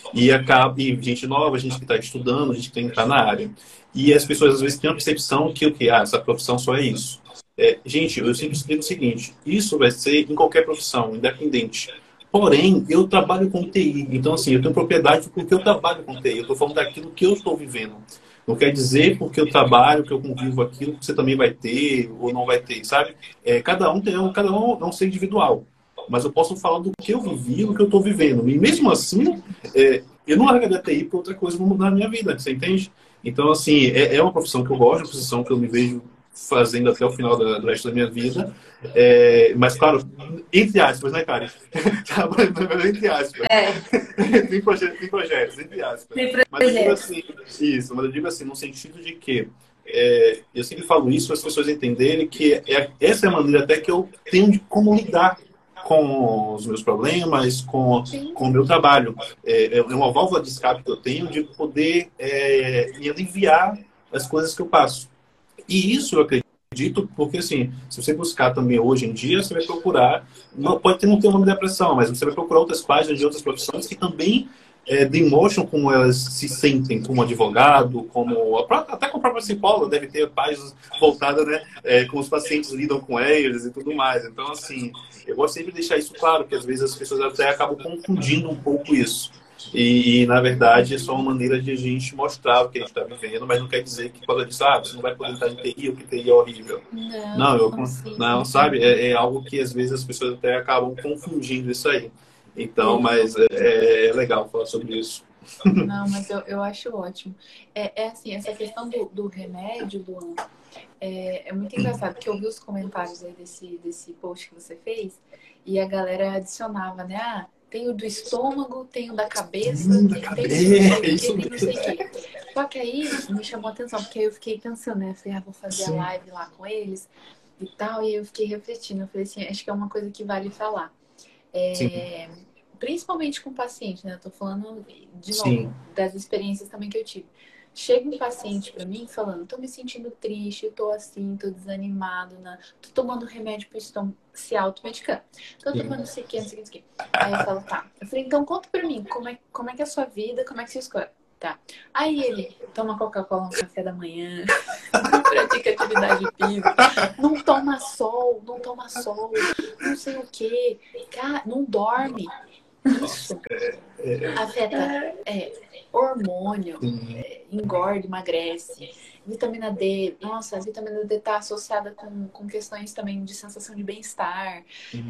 E gente nova, gente que está estudando, gente que tem que estar na área. E as pessoas às vezes têm a percepção que essa profissão só é isso. Gente, eu sempre explico o seguinte: isso vai ser em qualquer profissão, independente. Porém, eu trabalho com TI, então assim, eu tenho propriedade porque eu trabalho com TI. Eu estou falando daquilo que eu estou vivendo. Não quer dizer porque eu trabalho, que eu convivo aquilo, que você também vai ter ou não vai ter, sabe? Cada um é um ser individual. Mas eu posso falar do que eu vivi, do que eu estou vivendo. E mesmo assim, eu não largaria a TI para outra coisa não mudar na minha vida, você entende? Então, assim, é uma profissão que eu gosto, é uma profissão que eu me vejo fazendo até o final do resto da minha vida. Mas, claro, entre aspas, né, cara? Entre aspas. Tem projetos, entre aspas. Mas eu digo assim, mas eu digo assim, no sentido de que eu sempre falo isso para as pessoas entenderem que essa é a maneira até que eu tenho de como lidar com os meus problemas, com o meu trabalho. É uma válvula de escape que eu tenho de poder me aliviar as coisas que eu passo. E isso eu acredito, porque assim, se você buscar também hoje em dia, você vai procurar, não ter o nome da depressão, mas você vai procurar outras páginas de outras profissões que também demonstram como elas se sentem como advogado, até como a própria psicóloga deve ter páginas voltadas, né, como os pacientes lidam com eles e tudo mais. Então, assim, eu gosto sempre de deixar isso claro, que às vezes as pessoas até acabam confundindo um pouco isso. Na verdade, é só uma maneira de a gente mostrar o que a gente está vivendo, mas não quer dizer que quando eu disse, você não vai poder estar em TI, ou que TI é horrível. Não, sabe? É algo que às vezes as pessoas até acabam confundindo isso aí. Então, mas é legal falar sobre isso. Não, mas eu acho ótimo. Assim, essa questão do remédio, Luan, é muito engraçado, porque eu vi os comentários aí desse post que você fez, e a galera adicionava, né? Tem o do estômago, tem o da cabeça, tem não sei o quê. Só que aí me chamou a atenção, porque aí eu fiquei pensando, né? Eu falei, vou fazer a live lá com eles e tal, e aí eu fiquei refletindo. Eu falei assim, acho que é uma coisa que vale falar. Principalmente com paciente, né? Eu tô falando de novo das experiências também que eu tive. Chega um paciente pra mim falando, tô me sentindo triste, tô assim, tô desanimado, tô tomando remédio pro estômago, se automedicando. Tô tomando isso aqui, isso aqui, isso aqui. Aí eu falo, tá. Eu falei, então conta pra mim, como é que é a sua vida, como é que você escolhe? Tá. Aí ele toma Coca-Cola no café da manhã, não pratica atividade física, não toma sol, não sei o quê, cara, não dorme. Isso afeta hormônio, engorda, emagrece. Vitamina D, nossa, a vitamina D está associada com questões também de sensação de bem-estar.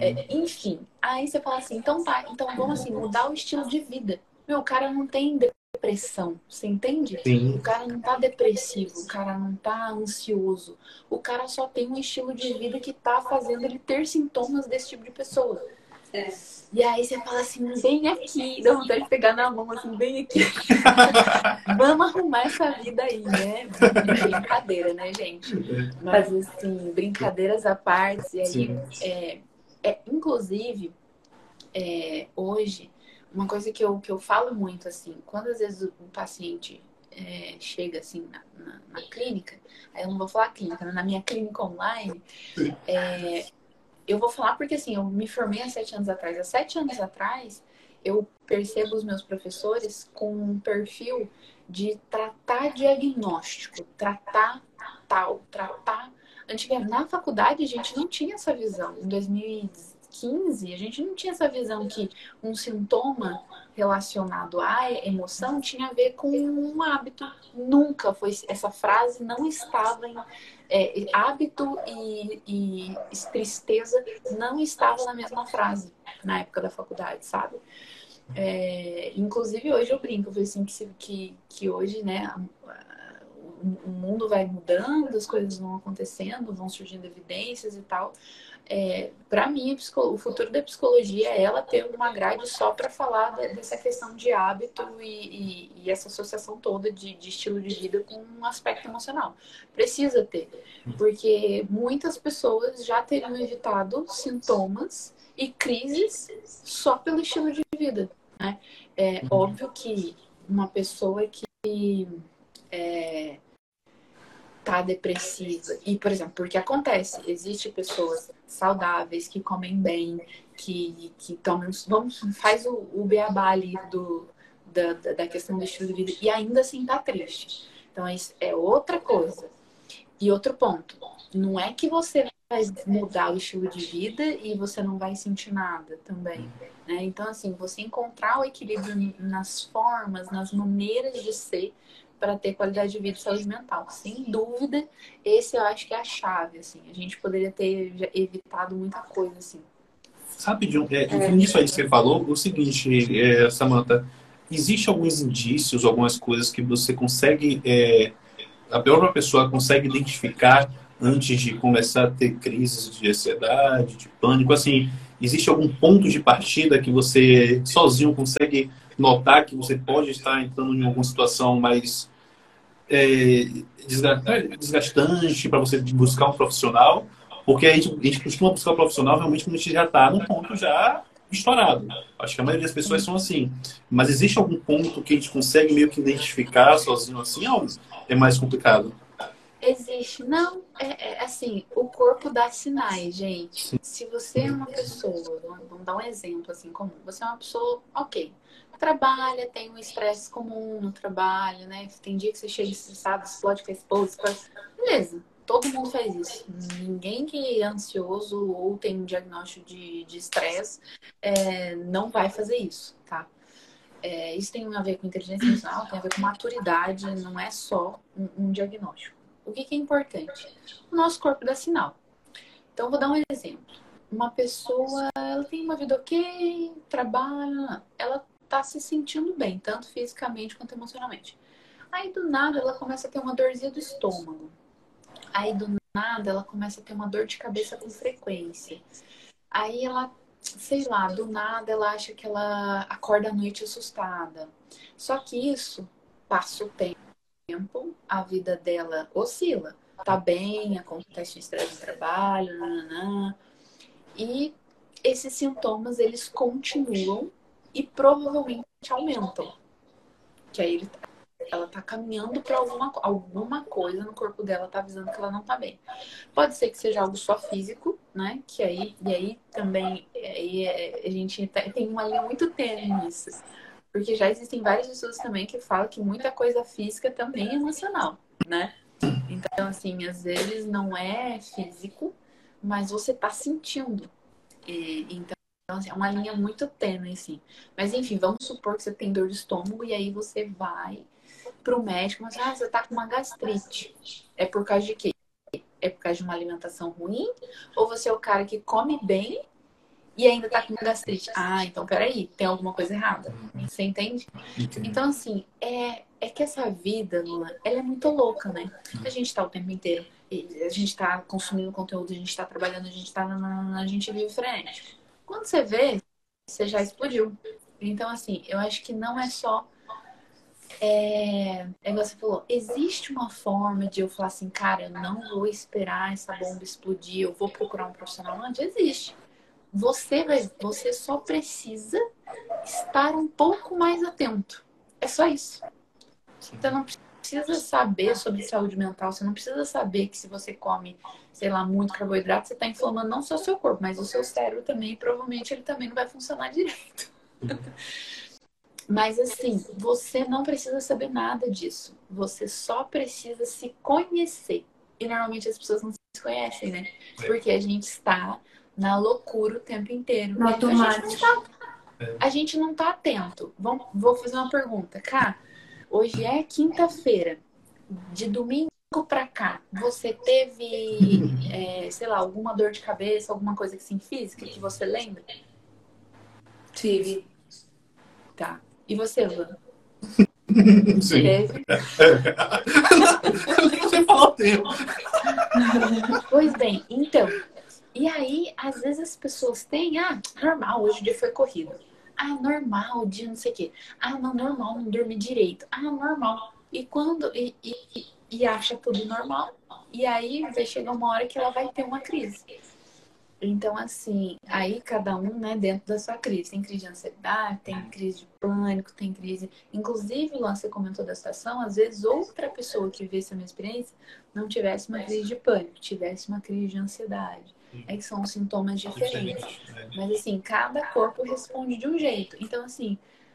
Enfim, aí você fala assim, então vamos assim, mudar o estilo de vida. Meu, o cara não tem depressão, você entende? O Sim. cara não tá depressivo, o cara não tá ansioso, o cara só tem um estilo de vida que tá fazendo ele ter sintomas desse tipo de pessoa. E aí você fala assim, bem aqui, dá vontade de pegar na mão, assim, bem aqui. Vamos arrumar essa vida aí, né? Brincadeira, né, gente? Mas, assim, brincadeiras à parte, e aí, Sim. inclusive, hoje, uma coisa que eu falo muito, assim, quando às vezes o paciente chega, assim, na clínica, aí eu não vou falar clínica, né? Na minha clínica online, eu vou falar porque, assim, eu me formei há 7 anos atrás. Há 7 anos atrás, eu percebo os meus professores com um perfil de tratar diagnóstico, tratar tal, tratar... Antigamente, na faculdade, a gente não tinha essa visão. Em 2015, a gente não tinha essa visão que um sintoma relacionado à emoção tinha a ver com um hábito. Nunca foi... Essa frase não estava em hábito e tristeza não estavam na mesma frase na época da faculdade, sabe? Inclusive hoje eu brinco, eu falei assim, que hoje, né, o mundo vai mudando, as coisas vão acontecendo, vão surgindo evidências e tal. Para mim, o futuro da psicologia é ela ter uma grade só para falar dessa questão de hábito e essa associação toda de estilo de vida com um aspecto emocional. Precisa ter, porque muitas pessoas já teriam evitado sintomas e crises só pelo estilo de vida, né? É óbvio que uma pessoa que tá depressiva. E, por exemplo, porque acontece, existe pessoas saudáveis que comem bem, que tomam, faz o beabá ali da questão do estilo de vida e ainda assim tá triste. Então, isso é outra coisa. E outro ponto, não é que você vai mudar o estilo de vida e você não vai sentir nada também, né? Então, assim, você encontrar o equilíbrio nas formas, nas maneiras de ser para ter qualidade de vida e saúde mental. Sem dúvida, esse eu acho que é a chave, assim. A gente poderia ter evitado muita coisa, assim. Sabe, nisso aí que você falou, o seguinte, Samantha, existe alguns indícios, algumas coisas que você consegue, a própria pessoa consegue identificar antes de começar a ter crises de ansiedade, de pânico, assim, existe algum ponto de partida que você sozinho consegue notar que você pode estar entrando em alguma situação mais é, desgastante para você buscar um profissional, porque a gente costuma buscar um profissional realmente quando a gente já está num ponto já estourado. Acho que a maioria das pessoas são assim. Mas existe algum ponto que a gente consegue meio que identificar sozinho assim, ou é mais complicado? Existe. Não, assim, o corpo dá sinais, gente. Se você é uma pessoa, vamos dar um exemplo assim comum, você é uma pessoa, ok, trabalha, tem um estresse comum no trabalho, né? Tem dia que você chega estressado, explode com a esposa, beleza. Todo mundo faz isso. Ninguém que é ansioso ou tem um diagnóstico de estresse não vai fazer isso, tá? Isso tem a ver com inteligência emocional, tem a ver com maturidade, não é só um diagnóstico. O que é importante? O nosso corpo dá sinal. Então, vou dar um exemplo. Uma pessoa, ela tem uma vida ok, trabalha, ela tá se sentindo bem, tanto fisicamente quanto emocionalmente. Aí, do nada, ela começa a ter uma dorzinha do estômago. Aí, do nada, ela começa a ter uma dor de cabeça com frequência. Aí, ela, sei lá, do nada, ela acha que ela acorda à noite assustada. Só que isso passa o tempo, a vida dela oscila. Tá bem, acontece um estresse de trabalho, nananã, e esses sintomas, eles continuam e provavelmente aumentam. Que aí ela tá caminhando para alguma coisa no corpo dela, tá avisando que ela não tá bem. Pode ser que seja algo só físico, né? E aí também a gente tem uma linha muito tênue nisso. Porque já existem vários estudos também que falam que muita coisa física também é emocional, né? Então, assim, às vezes não é físico, mas você tá sentindo. Então, assim, é uma linha muito tênue, assim. Mas, enfim, vamos supor que você tem dor de estômago e aí você vai pro médico, mas você tá com uma gastrite. É por causa de quê? É por causa de uma alimentação ruim? Ou você é o cara que come bem e ainda tá com gastrite. Ah, então peraí, tem alguma coisa errada. Você entende? Então, assim, é que essa vida, Lula, ela é muito louca, né? A gente tá o tempo inteiro, a gente tá consumindo conteúdo, a gente tá trabalhando, a gente tá a gente vive frenético. Quando você vê, você já explodiu. Então, assim, eu acho que não é só igual você falou, existe uma forma de eu falar assim, cara, eu não vou esperar essa bomba explodir, eu vou procurar um profissional antes? Existe. Você só precisa estar um pouco mais atento. É só isso. Você não precisa saber sobre saúde mental, você não precisa saber que se você come, sei lá, muito carboidrato, você está inflamando não só o seu corpo, mas o seu cérebro também, e provavelmente ele também não vai funcionar direito. Mas assim, você não precisa saber nada disso. Você só precisa se conhecer. E normalmente as pessoas não se conhecem, né? Porque a gente está na loucura o tempo inteiro. No automático. A gente não tá atento. Vou fazer uma pergunta. Cá, hoje é quinta-feira. De domingo pra cá, você teve, sei lá, alguma dor de cabeça, alguma coisa assim física que você lembra? Tive. Tá. E você, Luan? Sim. Teve? Eu nem sei falar o termo. Pois bem, então. E aí, às vezes as pessoas têm, normal, hoje o dia foi corrido. Ah, normal, o dia não sei o quê. Ah, não, normal, não dormi direito. Ah, normal. E quando. E acha tudo normal. E aí vai chegar uma hora que ela vai ter uma crise. Então, assim, aí cada um, né, dentro da sua crise. Tem crise de ansiedade, tem crise de pânico, tem crise. Inclusive, lá você comentou da situação, às vezes outra pessoa que vê essa minha experiência não tivesse uma crise de pânico, tivesse uma crise de ansiedade. É que são sintomas diferentes. Mas, assim, cada corpo responde de um jeito. Então, assim,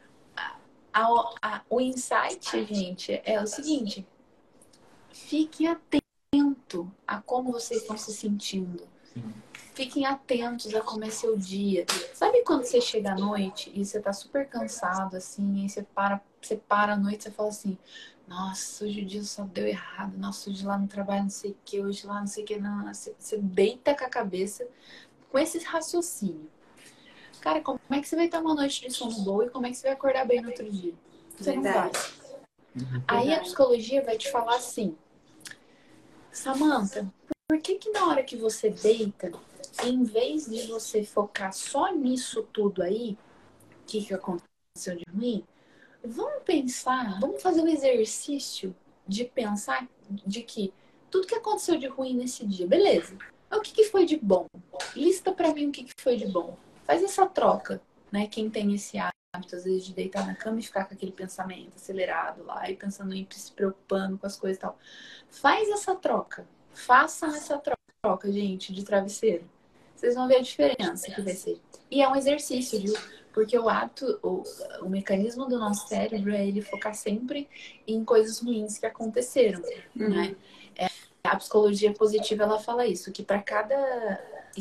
o insight, gente, é o seguinte: fiquem atentos a como vocês estão se sentindo. Fiquem atentos a como é seu dia. Sabe quando você chega à noite e você tá super cansado, assim, e você para à noite e você fala assim, nossa, hoje o dia só deu errado, nossa, hoje lá no trabalho não sei o que, hoje lá não sei o que, não. Você deita com a cabeça com esse raciocínio. Cara, como é que você vai ter uma noite de sono boa e como é que você vai acordar bem no outro dia? Você não vai. Aí a psicologia vai te falar assim, Samantha, por que na hora que você deita, em vez de você focar só nisso tudo aí, o que aconteceu de ruim, vamos fazer um exercício de pensar de que tudo que aconteceu de ruim nesse dia, beleza. Mas o que foi de bom? Lista pra mim o que foi de bom. Faz essa troca, né? Quem tem esse hábito, às vezes, de deitar na cama e ficar com aquele pensamento acelerado lá, e pensando em se preocupando com as coisas e tal. Faz essa troca. Façam essa troca, gente, de travesseiro. Vocês vão ver a diferença que vai ser. E é um exercício, viu? Porque o hábito, o mecanismo do nosso cérebro é ele focar sempre em coisas ruins que aconteceram, né? A psicologia positiva, ela fala isso, que para cada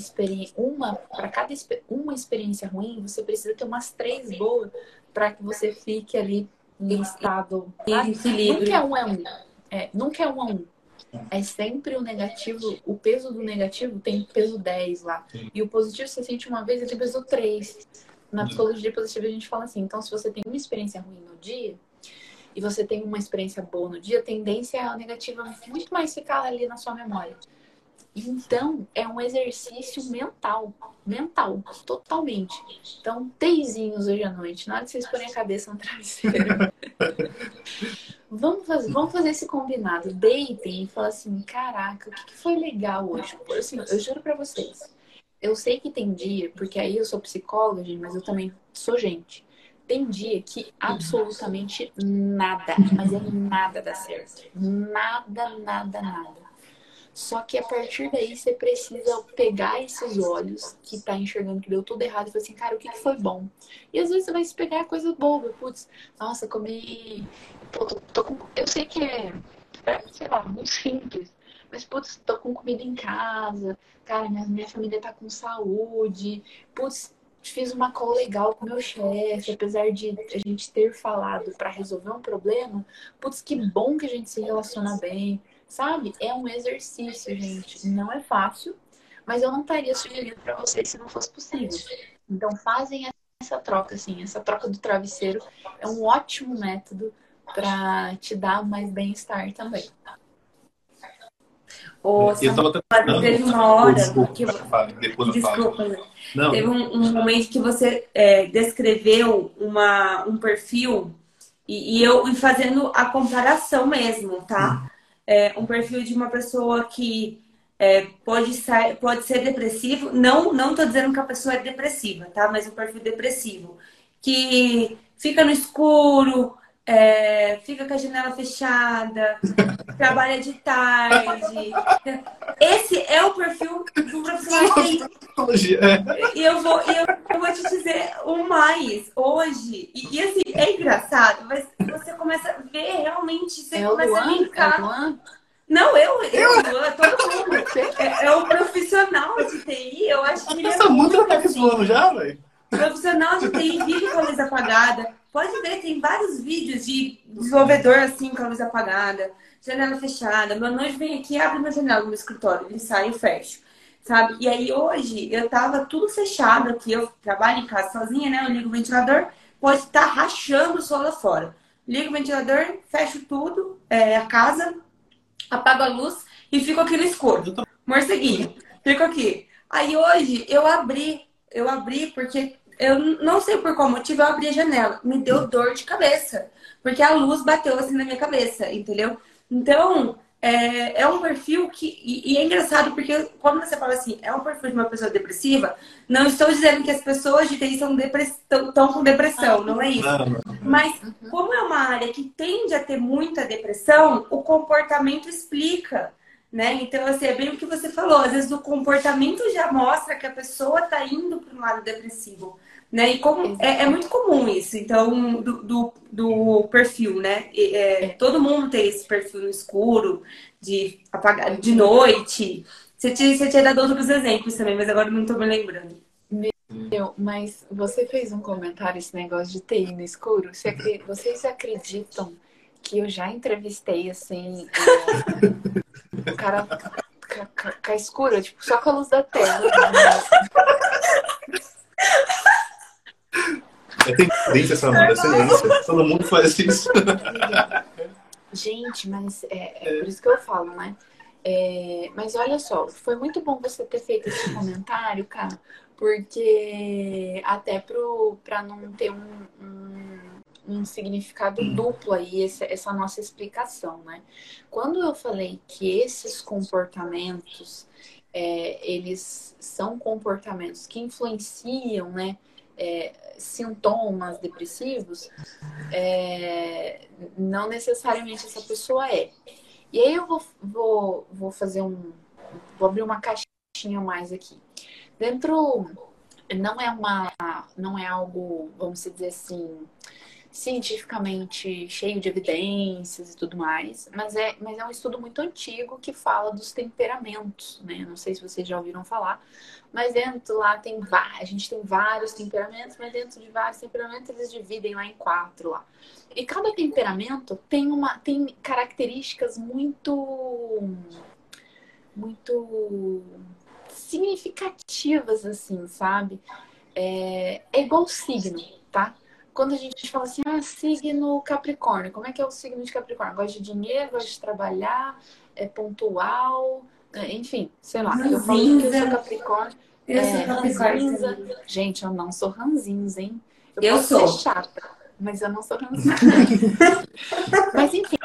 uma experiência ruim, você precisa ter umas 3 boas para que você fique ali em estado, sabe? Equilíbrio. Nunca é um a um. Nunca é um a um. É sempre o negativo, o peso do negativo tem peso 10 lá. E o positivo você sente uma vez, ele tem peso 3. Na psicologia positiva a gente fala assim, então se você tem uma experiência ruim no dia, e você tem uma experiência boa no dia, a tendência é a negativa muito mais ficar ali na sua memória. Então, é um exercício mental, totalmente. Então, teizinhos hoje à noite, na hora que vocês porem a cabeça no travesseiro. Vamos fazer esse combinado. Deitem e falem assim, caraca, o que foi legal hoje? Assim, eu juro pra vocês. Eu sei que tem dia, porque aí eu sou psicóloga, gente, mas eu também sou gente. Tem dia que absolutamente nada, mas é nada dá certo. Nada. Só que a partir daí você precisa pegar esses olhos que tá enxergando que deu tudo errado e falar assim, cara, o que foi bom? E às vezes você vai se pegar coisa boba, putz, nossa, comi. Pô, eu sei que sei lá, muito simples. Mas, putz, tô com comida em casa, cara, minha família tá com saúde, putz, fiz uma call legal com meu chefe, apesar de a gente ter falado pra resolver um problema, putz, que bom que a gente se relaciona bem. Sabe? É um exercício, gente. Não é fácil, mas eu não estaria sugerindo para vocês se não fosse possível. Então fazem essa troca, assim, essa troca do travesseiro é um ótimo método para te dar mais bem-estar também. Ô, Eu estava Samuel, até teve pensando. uma hora Desculpa, que... depois eu falo. Desculpa, né? Não, Teve um momento que você descreveu um perfil e eu e fazendo a comparação mesmo, tá? Um perfil de uma pessoa que pode ser depressivo. Não tô dizendo que a pessoa é depressiva, tá? Mas um perfil depressivo que fica no escuro, fica com a janela fechada, trabalha de tarde. Esse é o perfil do profissional de TI. psicologia. E eu vou te dizer o mais hoje. E assim, é engraçado, mas você começa a ver realmente, você É o começa a Luan? É o linkar. Luan? Não, Luan, todo mundo. É o profissional de TI, eu acho que ele é Essa multa muito tá me assim. zoando já, velho? Profissional de TI vive com a luz apagada. Pode ver, tem vários vídeos de desenvolvedor assim com a luz apagada, janela fechada. Meu noivo vem aqui, abre uma janela no meu escritório, ele sai e fecha, sabe? E aí hoje eu tava tudo fechado aqui, eu trabalho em casa sozinha, né? Eu ligo o ventilador, pode estar rachando o sol lá fora. Ligo o ventilador, fecho tudo, a casa, apago a luz e fico aqui no escuro. Morceguinho, fico aqui. Aí hoje eu abri porque eu não sei por qual motivo eu abri a janela. Me deu dor de cabeça, porque a luz bateu assim na minha cabeça, entendeu? Então, é um perfil que. E é engraçado porque quando você fala assim, é um perfil de uma pessoa depressiva, não estou dizendo que as pessoas de TI estão com depressão, não é isso. Não. Mas como é uma área que tende a ter muita depressão, o comportamento explica, né? Então, assim, é bem o que você falou. Às vezes o comportamento já mostra que a pessoa está indo para um lado depressivo, né? E como é muito comum isso, então, do perfil, né? Todo mundo tem esse perfil no escuro, de apagar de noite. Você tinha dado outros exemplos também, mas agora não estou me lembrando. Mas você fez um comentário, esse negócio de TI no escuro. Vocês acreditam que eu já entrevistei, assim, o cara com a escura, tipo, só com a luz da tela. É tendência, Samara, é tendência. Todo mundo faz isso. Gente, mas é por isso que eu falo, né? Mas olha só, foi muito bom você ter feito esse comentário, cara, porque até para não ter um significado duplo aí, essa nossa explicação, né? Quando eu falei que esses comportamentos, eles são comportamentos que influenciam, né? Sintomas depressivos, não necessariamente essa pessoa é. E aí eu vou fazer vou abrir uma caixinha mais aqui. Dentro não é algo, vamos dizer assim, cientificamente cheio de evidências e tudo mais, mas é um estudo muito antigo que fala dos temperamentos, né? Não sei se vocês já ouviram falar, mas dentro lá a gente tem vários temperamentos, mas dentro de vários temperamentos eles dividem lá em 4 lá. E cada temperamento tem características muito significativas, assim, sabe? É igual signo, tá? Quando a gente fala assim, signo Capricórnio, como é que é o signo de Capricórnio? Gosta de dinheiro, gosta de trabalhar, é pontual, enfim, sei lá. Eu falo que eu sou Capricórnio. Eu sou Capricórnio Ranzinza. também. Gente, eu não sou ranzinza, hein? Eu posso sou. ser chata, mas eu não sou ranzinza. Mas enfim,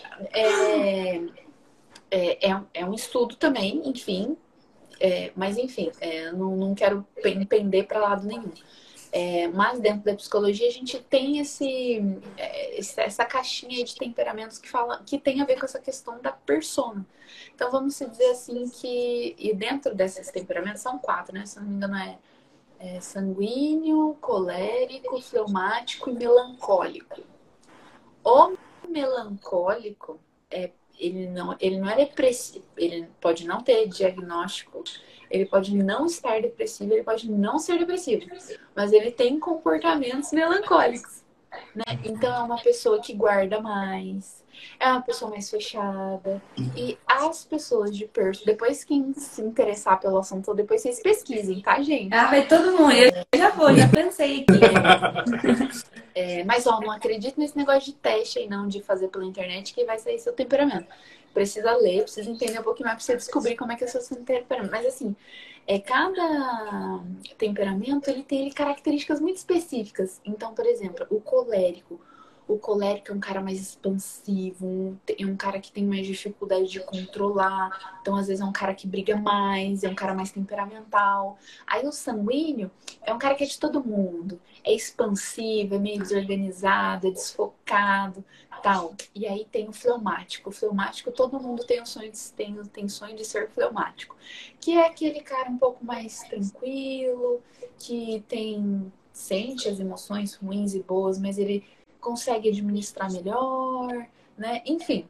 é um estudo também, enfim. Mas enfim, não quero pender para lado nenhum. Mas dentro da psicologia a gente tem essa caixinha de temperamentos que tem a ver com essa questão da persona. Então vamos dizer assim e dentro desses temperamentos são 4, né? Se não me engano é sanguíneo, colérico, fleumático e melancólico. O melancólico ele não é depressivo, ele pode não ter diagnóstico, ele pode não estar depressivo, ele pode não ser depressivo, mas ele tem comportamentos melancólicos. né? Então é uma pessoa que guarda mais, é uma pessoa mais fechada. E as pessoas de Perth, depois quem se interessar pelo assunto, depois vocês pesquisem, tá, gente? Ah, vai todo mundo. Eu já vou, já pensei aqui. Mas, ó, não acredito nesse negócio de teste aí, não, de fazer pela internet, que vai sair seu temperamento. Precisa ler, precisa entender um pouquinho mais pra você descobrir como é que é o seu temperamento. Mas, assim, cada temperamento, ele tem características muito específicas. Então, por exemplo, o colérico. O colérico é um cara mais expansivo, é um cara que tem mais dificuldade de controlar. Então, às vezes, é um cara que briga mais, é um cara mais temperamental. Aí, o sanguíneo é um cara que é de todo mundo. É expansivo, é meio desorganizado, é desfocado, tal. E aí tem o fleumático. O fleumático, todo mundo tem o sonho tem sonho de ser fleumático. Que é aquele cara um pouco mais tranquilo, que sente as emoções ruins e boas, mas ele consegue administrar melhor, né? Enfim.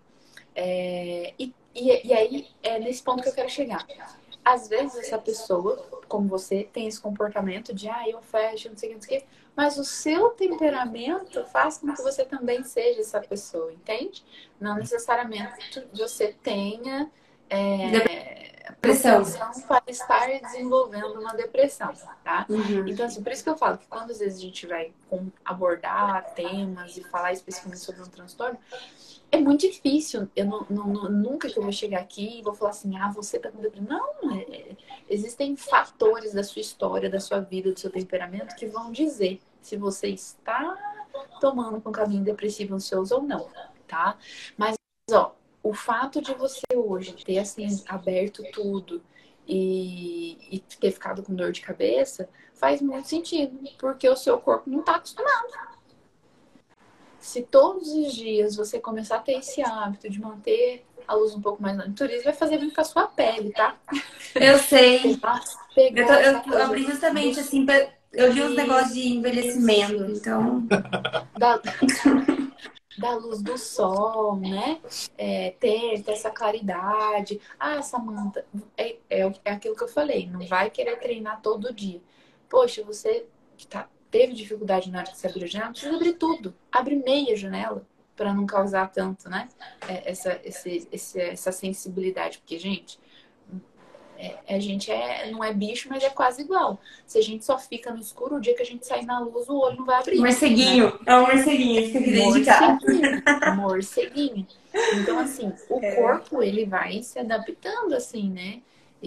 E aí é nesse ponto que eu quero chegar. Às vezes essa pessoa, como você, tem esse comportamento de eu fecho, não sei o que, mas o seu temperamento faz com que você também seja essa pessoa, entende? Não necessariamente você tenha Depressão para estar desenvolvendo uma depressão, tá? Uhum. Então, assim, por isso que eu falo que quando às vezes a gente vai abordar temas e falar especificamente sobre um transtorno, é muito difícil. Eu nunca que eu vou chegar aqui e vou falar assim, você tá com depressão. Não, existem fatores da sua história, da sua vida, do seu temperamento que vão dizer se você está tomando um caminho depressivo, ansioso ou não, tá? Mas, ó, o fato de você hoje ter, assim, aberto tudo e ter ficado com dor de cabeça faz muito sentido, porque o seu corpo não tá acostumado. Se todos os dias você começar a ter esse hábito de manter a luz um pouco mais na natureza, vai fazer bem com a sua pele, tá? Eu sei. Eu abri justamente assim, eu li os negócios de envelhecimento, então. Da luz do sol, né? Ter essa claridade. Samantha, é aquilo que eu falei, não vai querer treinar todo dia. Poxa, você teve dificuldade na hora que você abriu a janela, não precisa abrir tudo. Abre meia janela para não causar tanto, né? Essa sensibilidade. Porque, gente, a gente não é bicho, mas é quase igual. Se a gente só fica no escuro, o dia que a gente sair na luz, o olho não vai abrir. Morceguinho. Né? É um morceguinho, fica aqui dentro de casa. Morceguinho. Então, assim, o corpo, ele vai se adaptando, assim, né?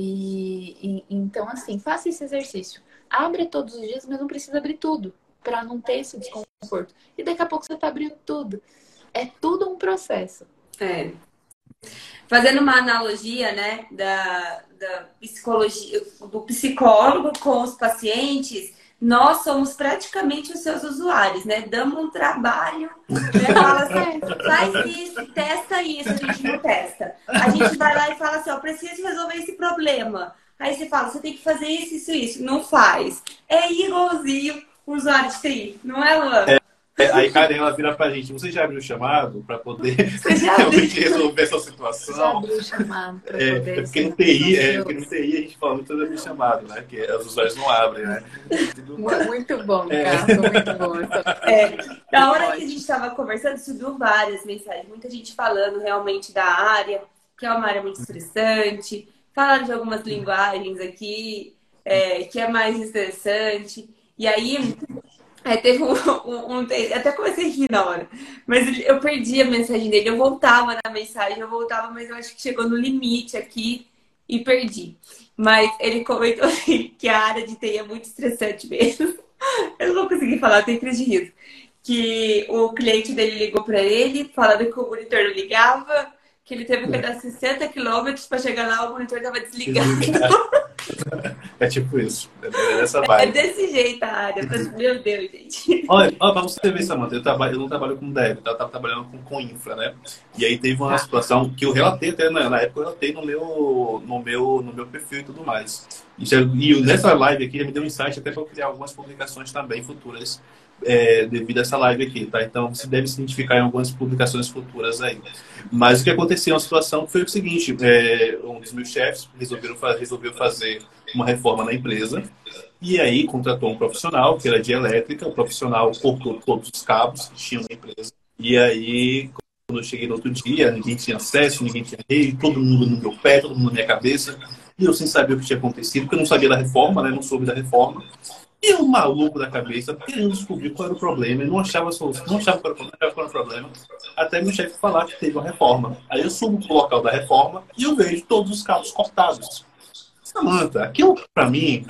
Então, assim, faça esse exercício. Abra todos os dias, mas não precisa abrir tudo, para não ter esse desconforto. E daqui a pouco você tá abrindo tudo. É tudo um processo. Fazendo uma analogia, né, da psicologia, do psicólogo com os pacientes, nós somos praticamente os seus usuários, né? Damos um trabalho, né? Fala assim, faz isso, testa isso, a gente não testa. A gente vai lá e fala assim, preciso resolver esse problema. Aí você fala, você tem que fazer isso. Não faz. É igualzinho o usuário de TI, não é, Luana? Aí Karen, ela vira pra gente, você já abriu o chamado para poder realmente resolver essa situação? Já abriu o chamado para poder... Porque no TI a gente fala muito sobre o chamado, né? Que os usuários não abrem, né? Muito bom, Cássio, muito bom. Na hora que a gente estava conversando, subiu várias mensagens, muita gente falando realmente da área, que é uma área muito estressante, falaram de algumas linguagens aqui, que é mais estressante. E aí... teve até comecei a rir na hora, mas eu perdi a mensagem dele, eu voltava na mensagem, mas eu acho que chegou no limite aqui e perdi. Mas ele comentou assim, que a área de TI é muito estressante mesmo. Eu não vou conseguir falar, eu tenho crise de riso. Que o cliente dele ligou para ele, falando que o monitor não ligava, que ele teve que andar 60 quilômetros para chegar lá, o monitor estava desligado. É tipo isso. É dessa vibe. É desse jeito a área. Meu Deus, gente. Olha, pra você ver, Samantha, eu não trabalho com dev, eu tava trabalhando com infra, né? E aí teve uma situação que eu relatei até na época, eu relatei no meu perfil e tudo mais. E nessa live aqui, ele me deu um insight até para eu criar algumas publicações também futuras devido a essa live aqui, tá? Então, você deve se identificar em algumas publicações futuras aí. Mas o que aconteceu na situação foi o seguinte, um dos meus chefes resolveu fazer uma reforma na empresa, e aí contratou um profissional, que era de elétrica, o profissional cortou todos os cabos que tinham na empresa, e aí, quando eu cheguei no outro dia, ninguém tinha acesso, ninguém tinha rede, todo mundo no meu pé, todo mundo na minha cabeça, e eu sem saber o que tinha acontecido, porque eu não sabia da reforma, né? Não soube da reforma. E um maluco da cabeça, querendo descobrir qual era o problema, ele não achava a solução, não achava qual era o problema, até meu chefe falar que teve uma reforma. Aí eu subo pro local da reforma e eu vejo todos os cabos cortados. Samanta, aquilo pra mim,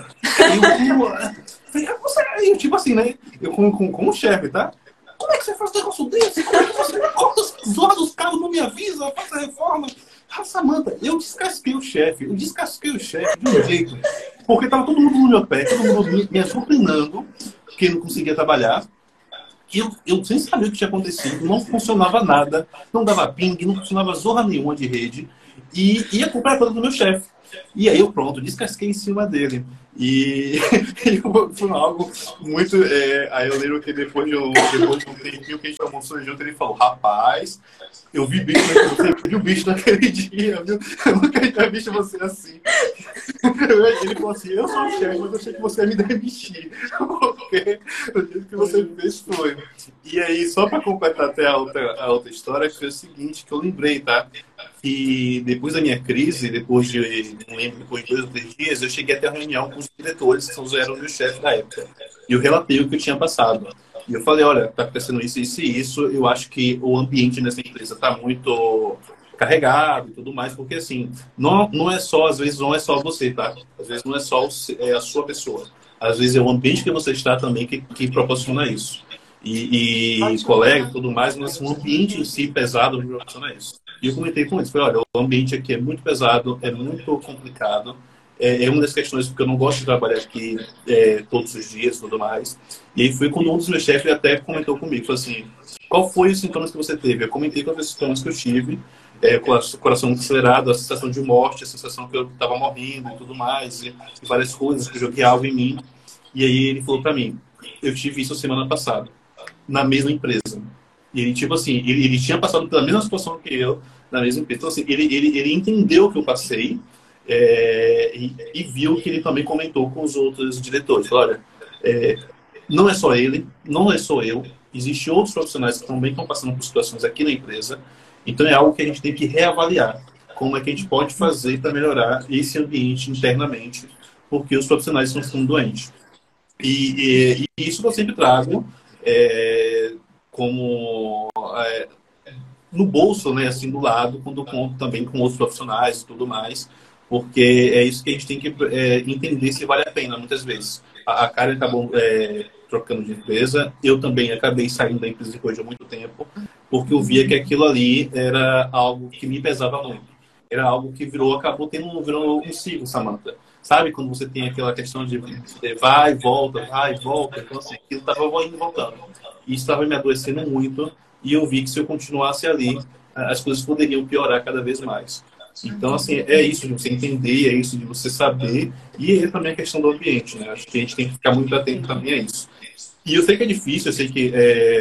eu tipo assim, né? Eu com o chefe, tá? Como é que você faz um negócio desse? Como é que você corta os horas dos cabos, não me avisa, faça a reforma? Ah, Samanta, eu descasquei o chefe de um jeito, porque tava todo mundo no meu pé, todo mundo me assoprando, que não conseguia trabalhar. E eu sem saber o que tinha acontecido, não funcionava nada, não dava ping, não funcionava zorra nenhuma de rede, e a culpa era toda do meu chefe. E aí eu, pronto, descasquei em cima dele. E, e foi algo muito. Aí eu lembro que depois de um tempinho que a gente almoçou junto, ele falou: Rapaz, eu vi bicho você viu bicho naquele dia, viu? Eu nunca tinha visto você assim. Ele falou assim: Eu sou o chefe, mas eu achei que você ia me demitir. Porque o jeito que você fez foi. E aí, só para completar até a outra história, que foi o seguinte: que eu lembrei, tá? E depois da minha crise, não lembro, depois de 2 ou 3 dias, eu cheguei até a reunião com os diretores, que eram meus chefes da época. E eu relatei o que eu tinha passado. E eu falei, olha, tá acontecendo isso, isso e isso, eu acho que o ambiente nessa empresa está muito carregado e tudo mais, porque assim, não é só, às vezes não é só você, tá? Às vezes não é só a sua pessoa. Às vezes é o ambiente que você está também que proporciona isso. E colega e tudo mais, mas um ambiente em si pesado proporciona isso. E eu comentei com eles, falei, olha, o ambiente aqui é muito pesado, é muito complicado, é uma das questões porque eu não gosto de trabalhar aqui todos os dias e tudo mais. E aí foi quando um dos meus chefes até comentou comigo, falou assim, qual foi os sintomas que você teve? Eu comentei com os sintomas que eu tive, com o coração muito acelerado, a sensação de morte, a sensação que eu estava morrendo e tudo mais, e várias coisas, que eu joguei algo em mim. E aí ele falou para mim, eu tive isso semana passada, na mesma empresa. E ele, tipo assim, ele tinha passado pela mesma situação que eu, na mesma empresa. Então, assim, ele entendeu o que eu passei e viu que ele também comentou com os outros diretores. Falou, olha, não é só ele, não é só eu. Existem outros profissionais que também estão passando por situações aqui na empresa. Então, é algo que a gente tem que reavaliar. Como é que a gente pode fazer para melhorar esse ambiente internamente, porque os profissionais estão ficando doentes. E isso eu sempre trago como no bolso, né, assim, do lado, quando conto também com outros profissionais e tudo mais, porque é isso que a gente tem que entender se vale a pena, muitas vezes. A Karen acabou trocando de empresa, eu também acabei saindo da empresa depois de muito tempo, porque eu via que aquilo ali era algo que me pesava muito. Era algo que virou um ciclo, Samantha. Sabe quando você tem aquela questão de vai e volta, vai e volta? Então, assim, aquilo estava indo e voltando. E isso estava me adoecendo muito, e eu vi que se eu continuasse ali, as coisas poderiam piorar cada vez mais. Então, assim, é isso de você entender, é isso de você saber, e é também a questão do ambiente, né? Acho que a gente tem que ficar muito atento também a isso. E eu sei que é difícil, eu sei que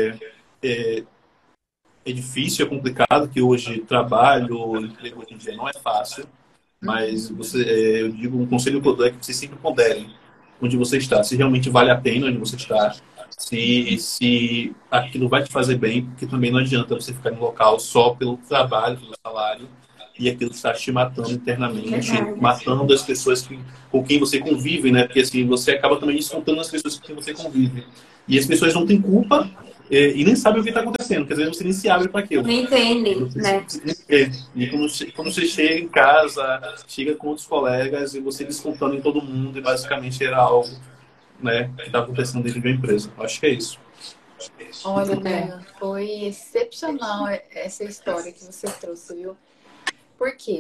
é difícil, é complicado, que hoje trabalho, emprego hoje em dia não é fácil, mas eu digo, um conselho que eu dou é que você sempre pondere onde você está, se realmente vale a pena onde você está, se aquilo vai te fazer bem, porque também não adianta você ficar no local só pelo trabalho, pelo salário, e aquilo está te matando internamente, matando as pessoas com quem você convive, né? Porque assim, você acaba também descontando as pessoas com quem você convive. E as pessoas não têm culpa e nem sabem o que está acontecendo, porque às vezes você nem se abre para aquilo. Não entendem, né? E quando você chega em casa, chega com outros colegas e você descontando em todo mundo, e basicamente era algo, né, que está acontecendo dentro de uma empresa. Acho que é isso. Olha, Dana, foi excepcional essa história que você trouxe, viu? Por quê?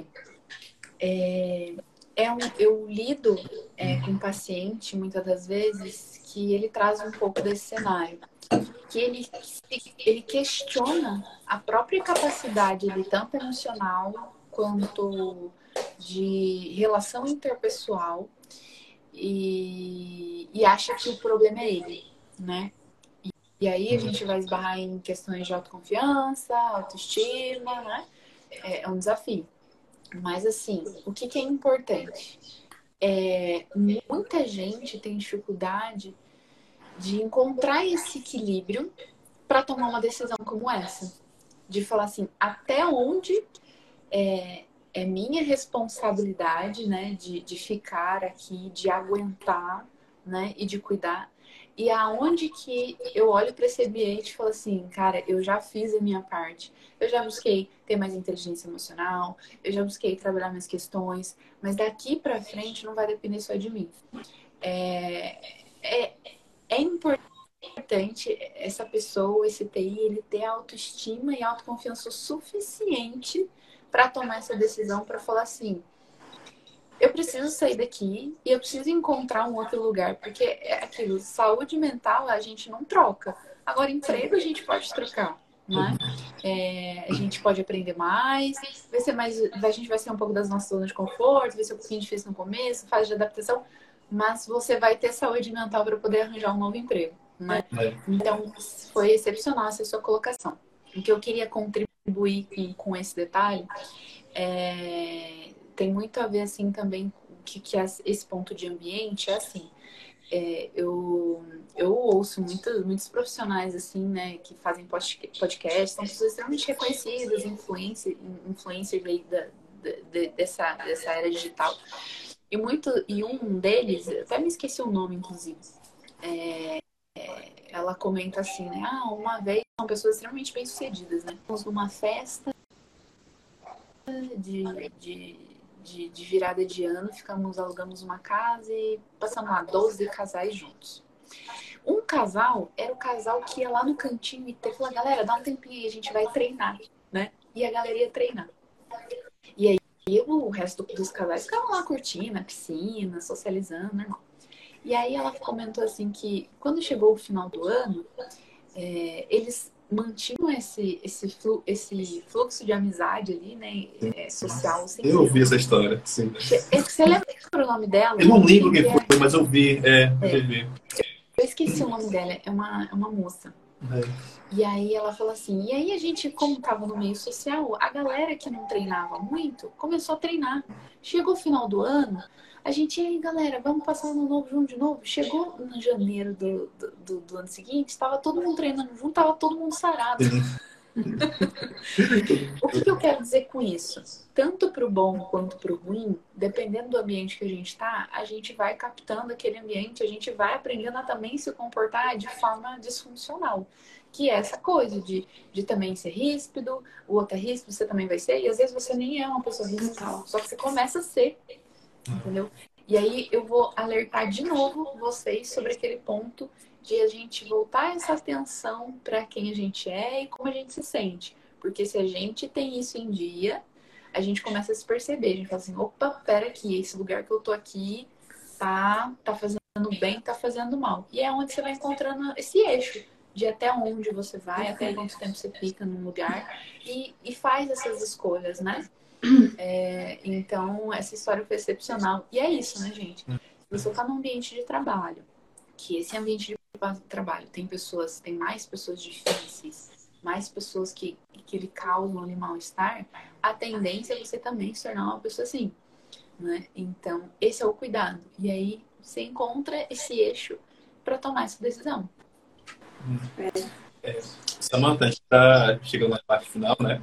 Eu lido com um paciente, muitas das vezes, que ele traz um pouco desse cenário. Que ele questiona a própria capacidade dele, tanto emocional quanto de relação interpessoal, e acha que o problema é ele, né? E aí a gente vai esbarrar em questões de autoconfiança, autoestima, né? É um desafio. Mas assim, o que é importante? Muita gente tem dificuldade de encontrar esse equilíbrio para tomar uma decisão como essa. De falar assim, até onde é minha responsabilidade, né, de ficar aqui, de aguentar, né, e de cuidar. E aonde que eu olho para esse ambiente e falo assim, cara, eu já fiz a minha parte. Eu já busquei ter mais inteligência emocional, eu já busquei trabalhar minhas questões, mas daqui para frente não vai depender só de mim. É, é, é importante essa pessoa, esse TI, ele ter autoestima e autoconfiança o suficiente para tomar essa decisão, para falar assim, eu preciso sair daqui e eu preciso encontrar um outro lugar, porque é aquilo, saúde mental a gente não troca. Agora, emprego a gente pode trocar, né? A gente pode aprender mais, a gente vai ser um pouco das nossas zonas de conforto, vai ser um pouquinho difícil no começo, fase de adaptação, mas você vai ter saúde mental para poder arranjar um novo emprego, né? Então, foi excepcional essa sua colocação. O que eu queria contribuir com esse detalhe tem muito a ver assim também que esse ponto de ambiente é assim. Eu ouço muitos profissionais assim, né, que fazem podcast, são pessoas extremamente reconhecidas, influencers aí dessa era digital. E um deles, eu até me esqueci o nome, inclusive, ela comenta assim, né? Uma vez são pessoas extremamente bem-sucedidas, né? Estamos numa festa de virada de ano, alugamos uma casa e passamos lá 12 casais juntos. Um casal era o casal que ia lá no cantinho e falou, galera, dá um tempinho aí, a gente vai treinar, né? E a galera ia treinar. E aí o resto dos casais ficavam lá curtindo a piscina, socializando, normal. E aí ela comentou assim que quando chegou o final do ano, eles mantinham esse fluxo de amizade ali, né, social. Eu ouvi essa história, sim. Você lembra o nome dela? Eu não lembro quem foi, mas eu vi. Eu vi. Eu esqueci o nome dela, é uma moça. E aí ela falou assim, e aí a gente, como estava no meio social, a galera que não treinava muito, começou a treinar. Chegou o final do ano, a gente, e aí galera, vamos passar o ano novo junto de novo? Chegou no janeiro do ano seguinte, estava todo mundo treinando junto, estava todo mundo sarado. O que eu quero dizer com isso? Tanto para o bom quanto para o ruim, dependendo do ambiente que a gente está, a gente vai captando aquele ambiente, a gente vai aprendendo a também se comportar de forma disfuncional. Que é essa coisa de também ser ríspido, o outro é ríspido, você também vai ser, e às vezes você nem é uma pessoa ríspida, só que você começa a ser, entendeu? E aí eu vou alertar de novo vocês sobre aquele ponto de a gente voltar essa atenção para quem a gente é e como a gente se sente. Porque se a gente tem isso em dia, a gente começa a se perceber. A gente fala assim, opa, pera aqui, esse lugar que eu tô aqui tá fazendo bem, tá fazendo mal. E é onde você vai encontrando esse eixo de até onde você vai, até quanto tempo você fica num lugar e faz essas escolhas, né? Então, essa história foi excepcional. E é isso, né, gente? Se você tá num ambiente de trabalho, que esse ambiente de trabalho tem mais pessoas difíceis, mais pessoas que lhe causam ali mal-estar, a tendência é você também se tornar uma pessoa assim, né? Então, esse é o cuidado. E aí, você encontra esse eixo para tomar essa decisão. Samantha, a gente está chegando na parte final, né?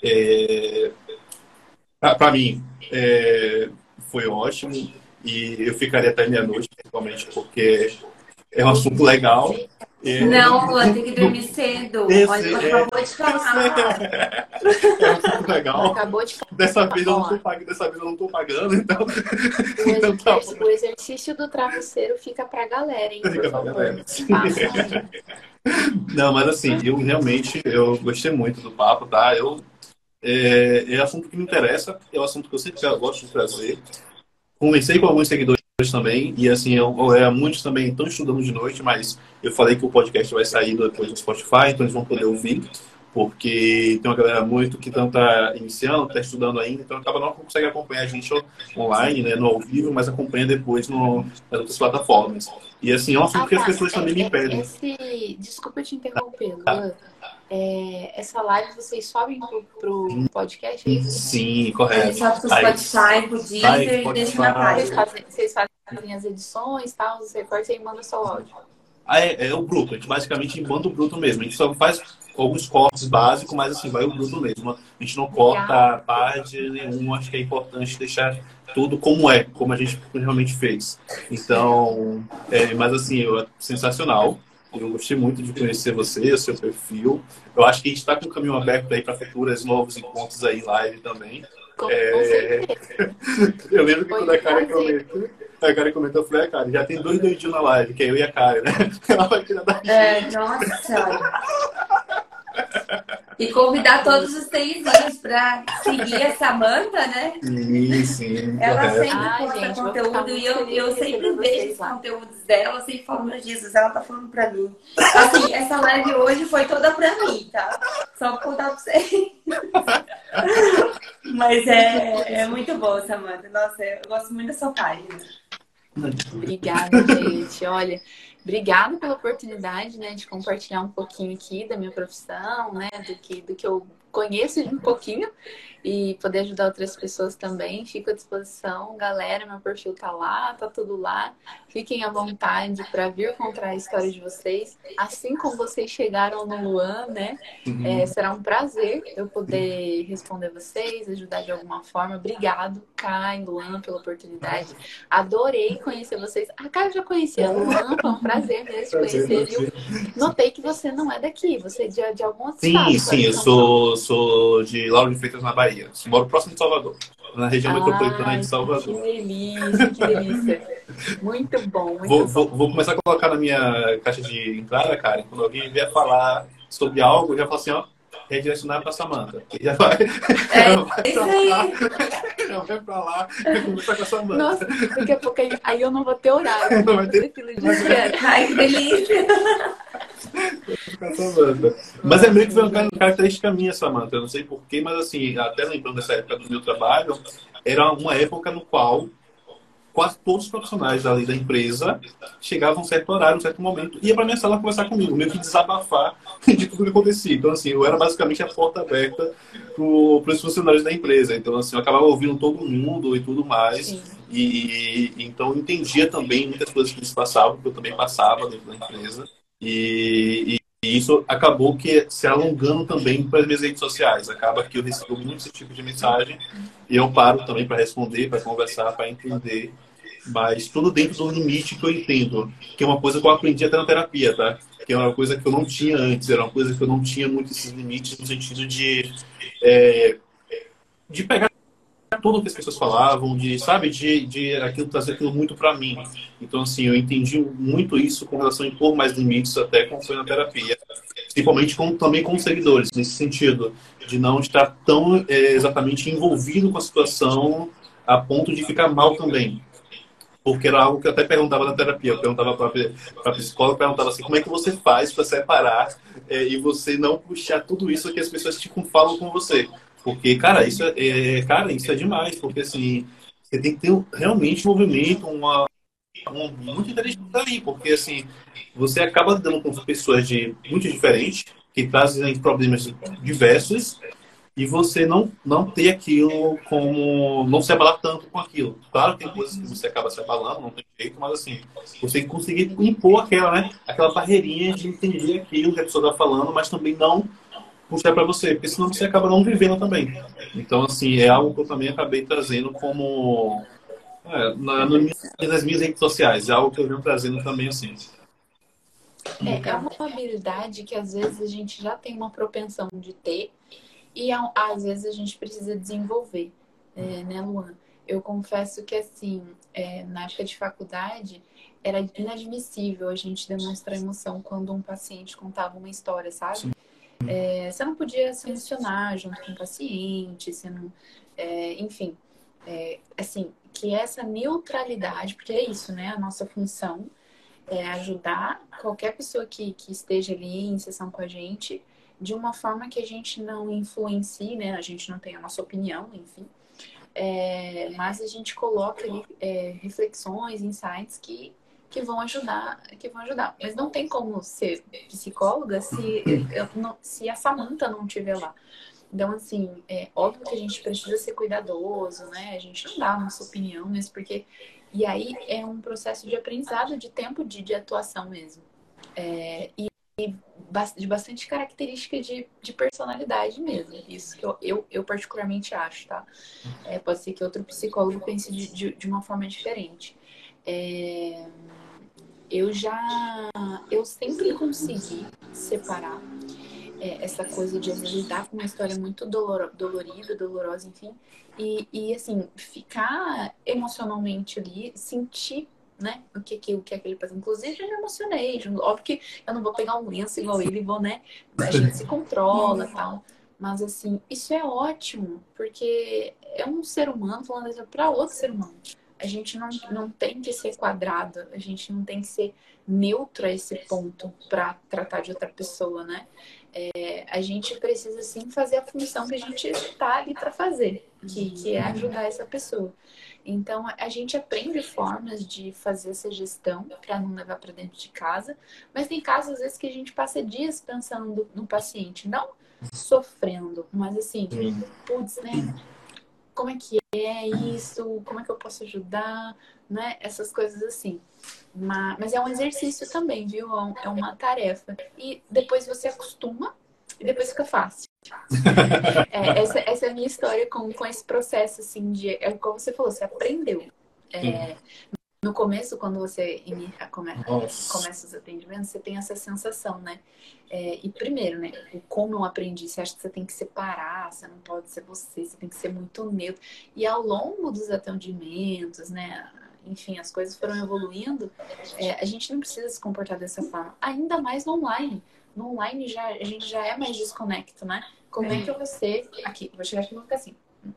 Para mim, foi ótimo e eu ficaria até meia-noite, principalmente porque é um assunto legal. Não, Luan, tem que dormir cedo. Olha, acabou de falar. É um assunto legal. Acabou de falar. Dessa vez eu não estou pagando, então tá bom. O exercício do travesseiro fica pra galera, hein? Fica pra galera. Façam. Não, mas assim, eu gostei muito do papo, tá? É assunto que me interessa, é um assunto que eu sempre gosto de trazer. Conversei com alguns seguidores também, e assim, muitos também estão estudando de noite, mas eu falei que o podcast vai sair depois no Spotify, então eles vão poder ouvir. porque tem uma galera muito que não está iniciando, está estudando ainda, então acaba não consegue acompanhar a gente online, né, no ao vivo, mas acompanha depois nas outras plataformas. E assim, é um assunto Ah, que as tá. pessoas também me pedem. Desculpa te interromper, Luan. Essa live vocês sobem pro podcast, é isso? Sim, A gente correto. sobe pro Aí, Spotify, pro Deezer e deixa na página. Vocês fazem as edições, tal, os recortes e aí manda só o áudio. é o bruto, a gente basicamente manda o bruto mesmo. A gente só faz alguns cortes básicos, mas assim, vai o bruto mesmo. A gente não corta parte nenhuma, acho que é importante deixar tudo como é, como a gente realmente fez. Então, mas assim, sensacional. Eu gostei muito de conhecer você, o seu perfil. Eu acho que a gente está com o caminho aberto aí para futuros novos encontros aí em live também. Com certeza. Eu lembro que quando a Karen comentou, eu falei, cara, já tem 2 doidinhos na live, que é eu e a Karen, né? Ela vai tirar da Nossa senhora. E convidar todos os teizinhos para seguir a Samantha, né? Sim, Ela correto. sempre posta conteúdo e eu sempre vejo os conteúdos dela, eu sempre falo, meu Jesus, ela tá falando pra mim. Assim, essa live hoje foi toda pra mim, tá? Só pra contar pra vocês. Mas é muito bom, Samantha. Nossa, eu gosto muito da sua página. Obrigada, gente. Olha, obrigada pela oportunidade, né, de compartilhar um pouquinho aqui da minha profissão, né, do que eu conheço de um pouquinho e poder ajudar outras pessoas também. Fico à disposição, galera. Meu perfil tá lá, tá tudo lá. Fiquem à vontade para vir contar a história de vocês. Assim como vocês chegaram no Luan, né? Será um prazer eu poder responder vocês, ajudar de alguma forma. Obrigado, Kai, Luan, pela oportunidade. Adorei conhecer vocês. A Kai já conhecia, Luan, foi um prazer mesmo te conhecer, viu? Notei que você não é daqui, você é de algum outro estado. Sim, eu sou de Lauro de Freitas, na Bahia. Moro próximo de Salvador, na região metropolitana de Salvador. Que delícia, que delícia. Muito bom, Vou começar a colocar na minha caixa de entrada, Karen, quando alguém vier falar sobre algo, eu já falo assim, ó, redirecionar para Samantha. Já vai. Isso aí. Já vai pra lá, vai conversar com a Samantha. Nossa, daqui a pouco aí eu não vou ter horário. Não vai ter fila de espera. Ai, que delícia. Mas é meio que foi uma característica minha, Samantha. Eu não sei porquê, mas assim, até lembrando dessa época do meu trabalho, era uma época no qual quase todos os profissionais ali da empresa chegavam a um certo horário, um certo momento, ia para minha sala conversar comigo, meio que desabafar de tudo que acontecia. Então, assim, eu era basicamente a porta aberta para os funcionários da empresa. Então, assim, eu acabava ouvindo todo mundo e tudo mais. Então, eu entendia também muitas coisas que eles passavam, porque eu também passava dentro da empresa. E isso acabou que se alongando também para as minhas redes sociais. Acaba que eu recebo muito esse tipo de mensagem e eu paro também para responder, para conversar, para entender. Mas tudo dentro do limite que eu entendo. Que é uma coisa que eu aprendi até na terapia, tá? Que é uma coisa que eu não tinha antes. Era uma coisa que eu não tinha muito esses limites no sentido de pegar tudo que as pessoas falavam, de aquilo trazer aquilo muito para mim. Então, assim, eu entendi muito isso com relação a impor mais limites até quando foi na terapia. Principalmente também com os seguidores, nesse sentido, de não estar tão exatamente envolvido com a situação a ponto de ficar mal também. Porque era algo que eu até perguntava na terapia. Eu perguntava para a psicóloga, perguntava assim, como é que você faz para separar e você não puxar tudo isso que as pessoas falam com você? Porque, cara, isso é demais. Porque, assim, você tem que ter realmente um movimento, muito inteligente ali. Porque, assim, você acaba lidando com pessoas muito diferentes, que trazem problemas diversos, e você não ter aquilo como... Não se abalar tanto com aquilo. Claro que tem coisas que você acaba se abalando, não tem jeito, mas assim, você tem que conseguir impor aquela barreirinha de entender aquilo que a pessoa está falando, mas também não puxar para você, porque senão você acaba não vivendo também. Então, assim, é algo que eu também acabei trazendo como... nas minhas redes sociais, é algo que eu venho trazendo também, assim. É uma habilidade que às vezes a gente já tem uma propensão de ter e às vezes a gente precisa desenvolver, né, Luan? Eu confesso que, assim, na época de faculdade, era inadmissível a gente demonstrar emoção quando um paciente contava uma história, sabe? Você não podia se emocionar junto com o paciente, você não, enfim, assim, que essa neutralidade, porque é isso, né? A nossa função é ajudar qualquer pessoa que esteja ali em sessão com a gente de uma forma que a gente não influencie, né? A gente não tem a nossa opinião, enfim. Mas a gente coloca ali reflexões, insights que vão ajudar, Mas não tem como ser psicóloga se a Samantha não estiver lá. Então, assim, é óbvio que a gente precisa ser cuidadoso, né? A gente não dá a nossa opinião, mas porque... E aí é um processo de aprendizado, de tempo de atuação mesmo. E de bastante característica de personalidade mesmo. Isso que eu particularmente acho, tá? Pode ser que outro psicólogo pense de uma forma diferente. Eu sempre consegui separar essa coisa de lidar com uma história muito dolorida, dolorosa, enfim. E assim, ficar emocionalmente ali, sentir, né, o que aquele paciente. Inclusive, eu me emocionei. Óbvio que eu não vou pegar um lenço igual ele, vou, né? A gente se controla e tal. Mas, assim, isso é ótimo, porque é um ser humano falando para outro ser humano. A gente não tem que ser quadrado, a gente não tem que ser neutro a esse ponto para tratar de outra pessoa, né? A gente precisa sim fazer a função que a gente está ali para fazer, que é ajudar essa pessoa. Então, a gente aprende formas de fazer essa gestão para não levar para dentro de casa, mas tem casos, às vezes, que a gente passa dias pensando no paciente, não sofrendo, mas assim, putz, né? Como é que é isso? Como é que eu posso ajudar? Né? Essas coisas assim. Mas é um exercício também, viu? É uma tarefa. E depois você acostuma e depois fica fácil. Essa é a minha história com esse processo, assim, como você falou, você aprendeu. No começo, quando você começa os atendimentos, você tem essa sensação, né? E primeiro, né? Como eu aprendi, você acha que você tem que separar, você não pode ser você tem que ser muito neutro. E ao longo dos atendimentos, né? Enfim, as coisas foram evoluindo. A gente não precisa se comportar dessa forma. Ainda mais no online. No online a gente já é mais desconecto, né? Como é que você... Aqui, vou chegar aqui e vou ficar assim.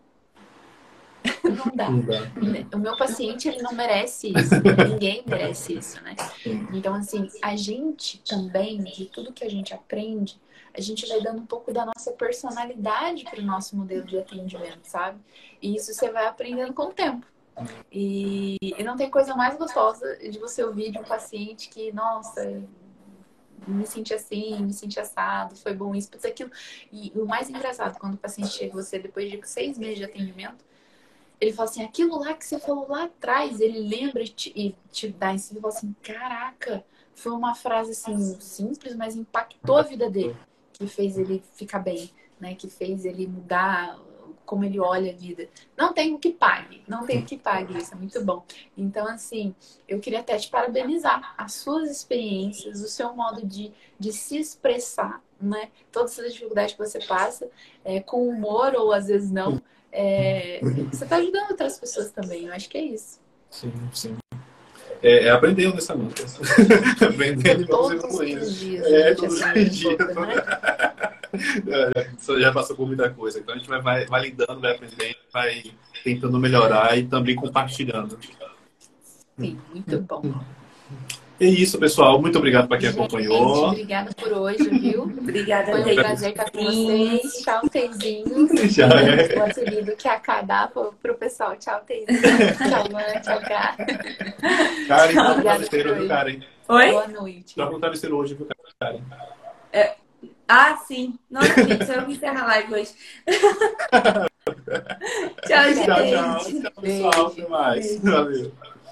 Não dá. O meu paciente, ele não merece isso. Ninguém merece isso, né? Então, assim, a gente também, de tudo que a gente aprende, a gente vai dando um pouco da nossa personalidade para o nosso modelo de atendimento, sabe? E isso você vai aprendendo com o tempo. E não tem coisa mais gostosa de você ouvir de um paciente que, nossa, me senti assim, me senti assado, foi bom isso, tudo aquilo. E o mais engraçado, quando o paciente chega a você depois de 6 meses de atendimento, ele fala assim, aquilo lá que você falou lá atrás, ele lembra e te dá isso. Ele fala assim, caraca, foi uma frase assim, simples, mas impactou a vida dele. Que fez ele ficar bem, né? Que fez ele mudar como ele olha a vida. Não tem o que pague isso, é muito bom. Então, assim, eu queria até te parabenizar. As suas experiências, o seu modo de se expressar, né? Todas as dificuldades que você passa, com humor ou às vezes não, você está ajudando outras pessoas também, eu acho que é isso. Sim, sim. Aprender honestamente. Aprender e vamos evoluindo. Todos os dias. Todos os dias. Você já passou por muita coisa. Então a gente vai lidando, vai aprendendo, vai tentando melhorar e também compartilhando. Sim, muito bom. É isso, pessoal. Muito obrigado para quem acompanhou. Obrigada por hoje, viu? Obrigada, foi um prazer estar com vocês. Tchau, Teizinho. Já é. O apelido que a K dá pro pessoal. Tchau, Teizinho. Tchau, mãe. Tchau, K. Karen, troca o travesseiro, viu, Karen? Oi? Boa noite. Troca o travesseiro hoje, viu, Karen? Sim. Nossa, gente, eu vou encerrar a live hoje. Tchau, gente. Tchau, pessoal. Até mais. Valeu.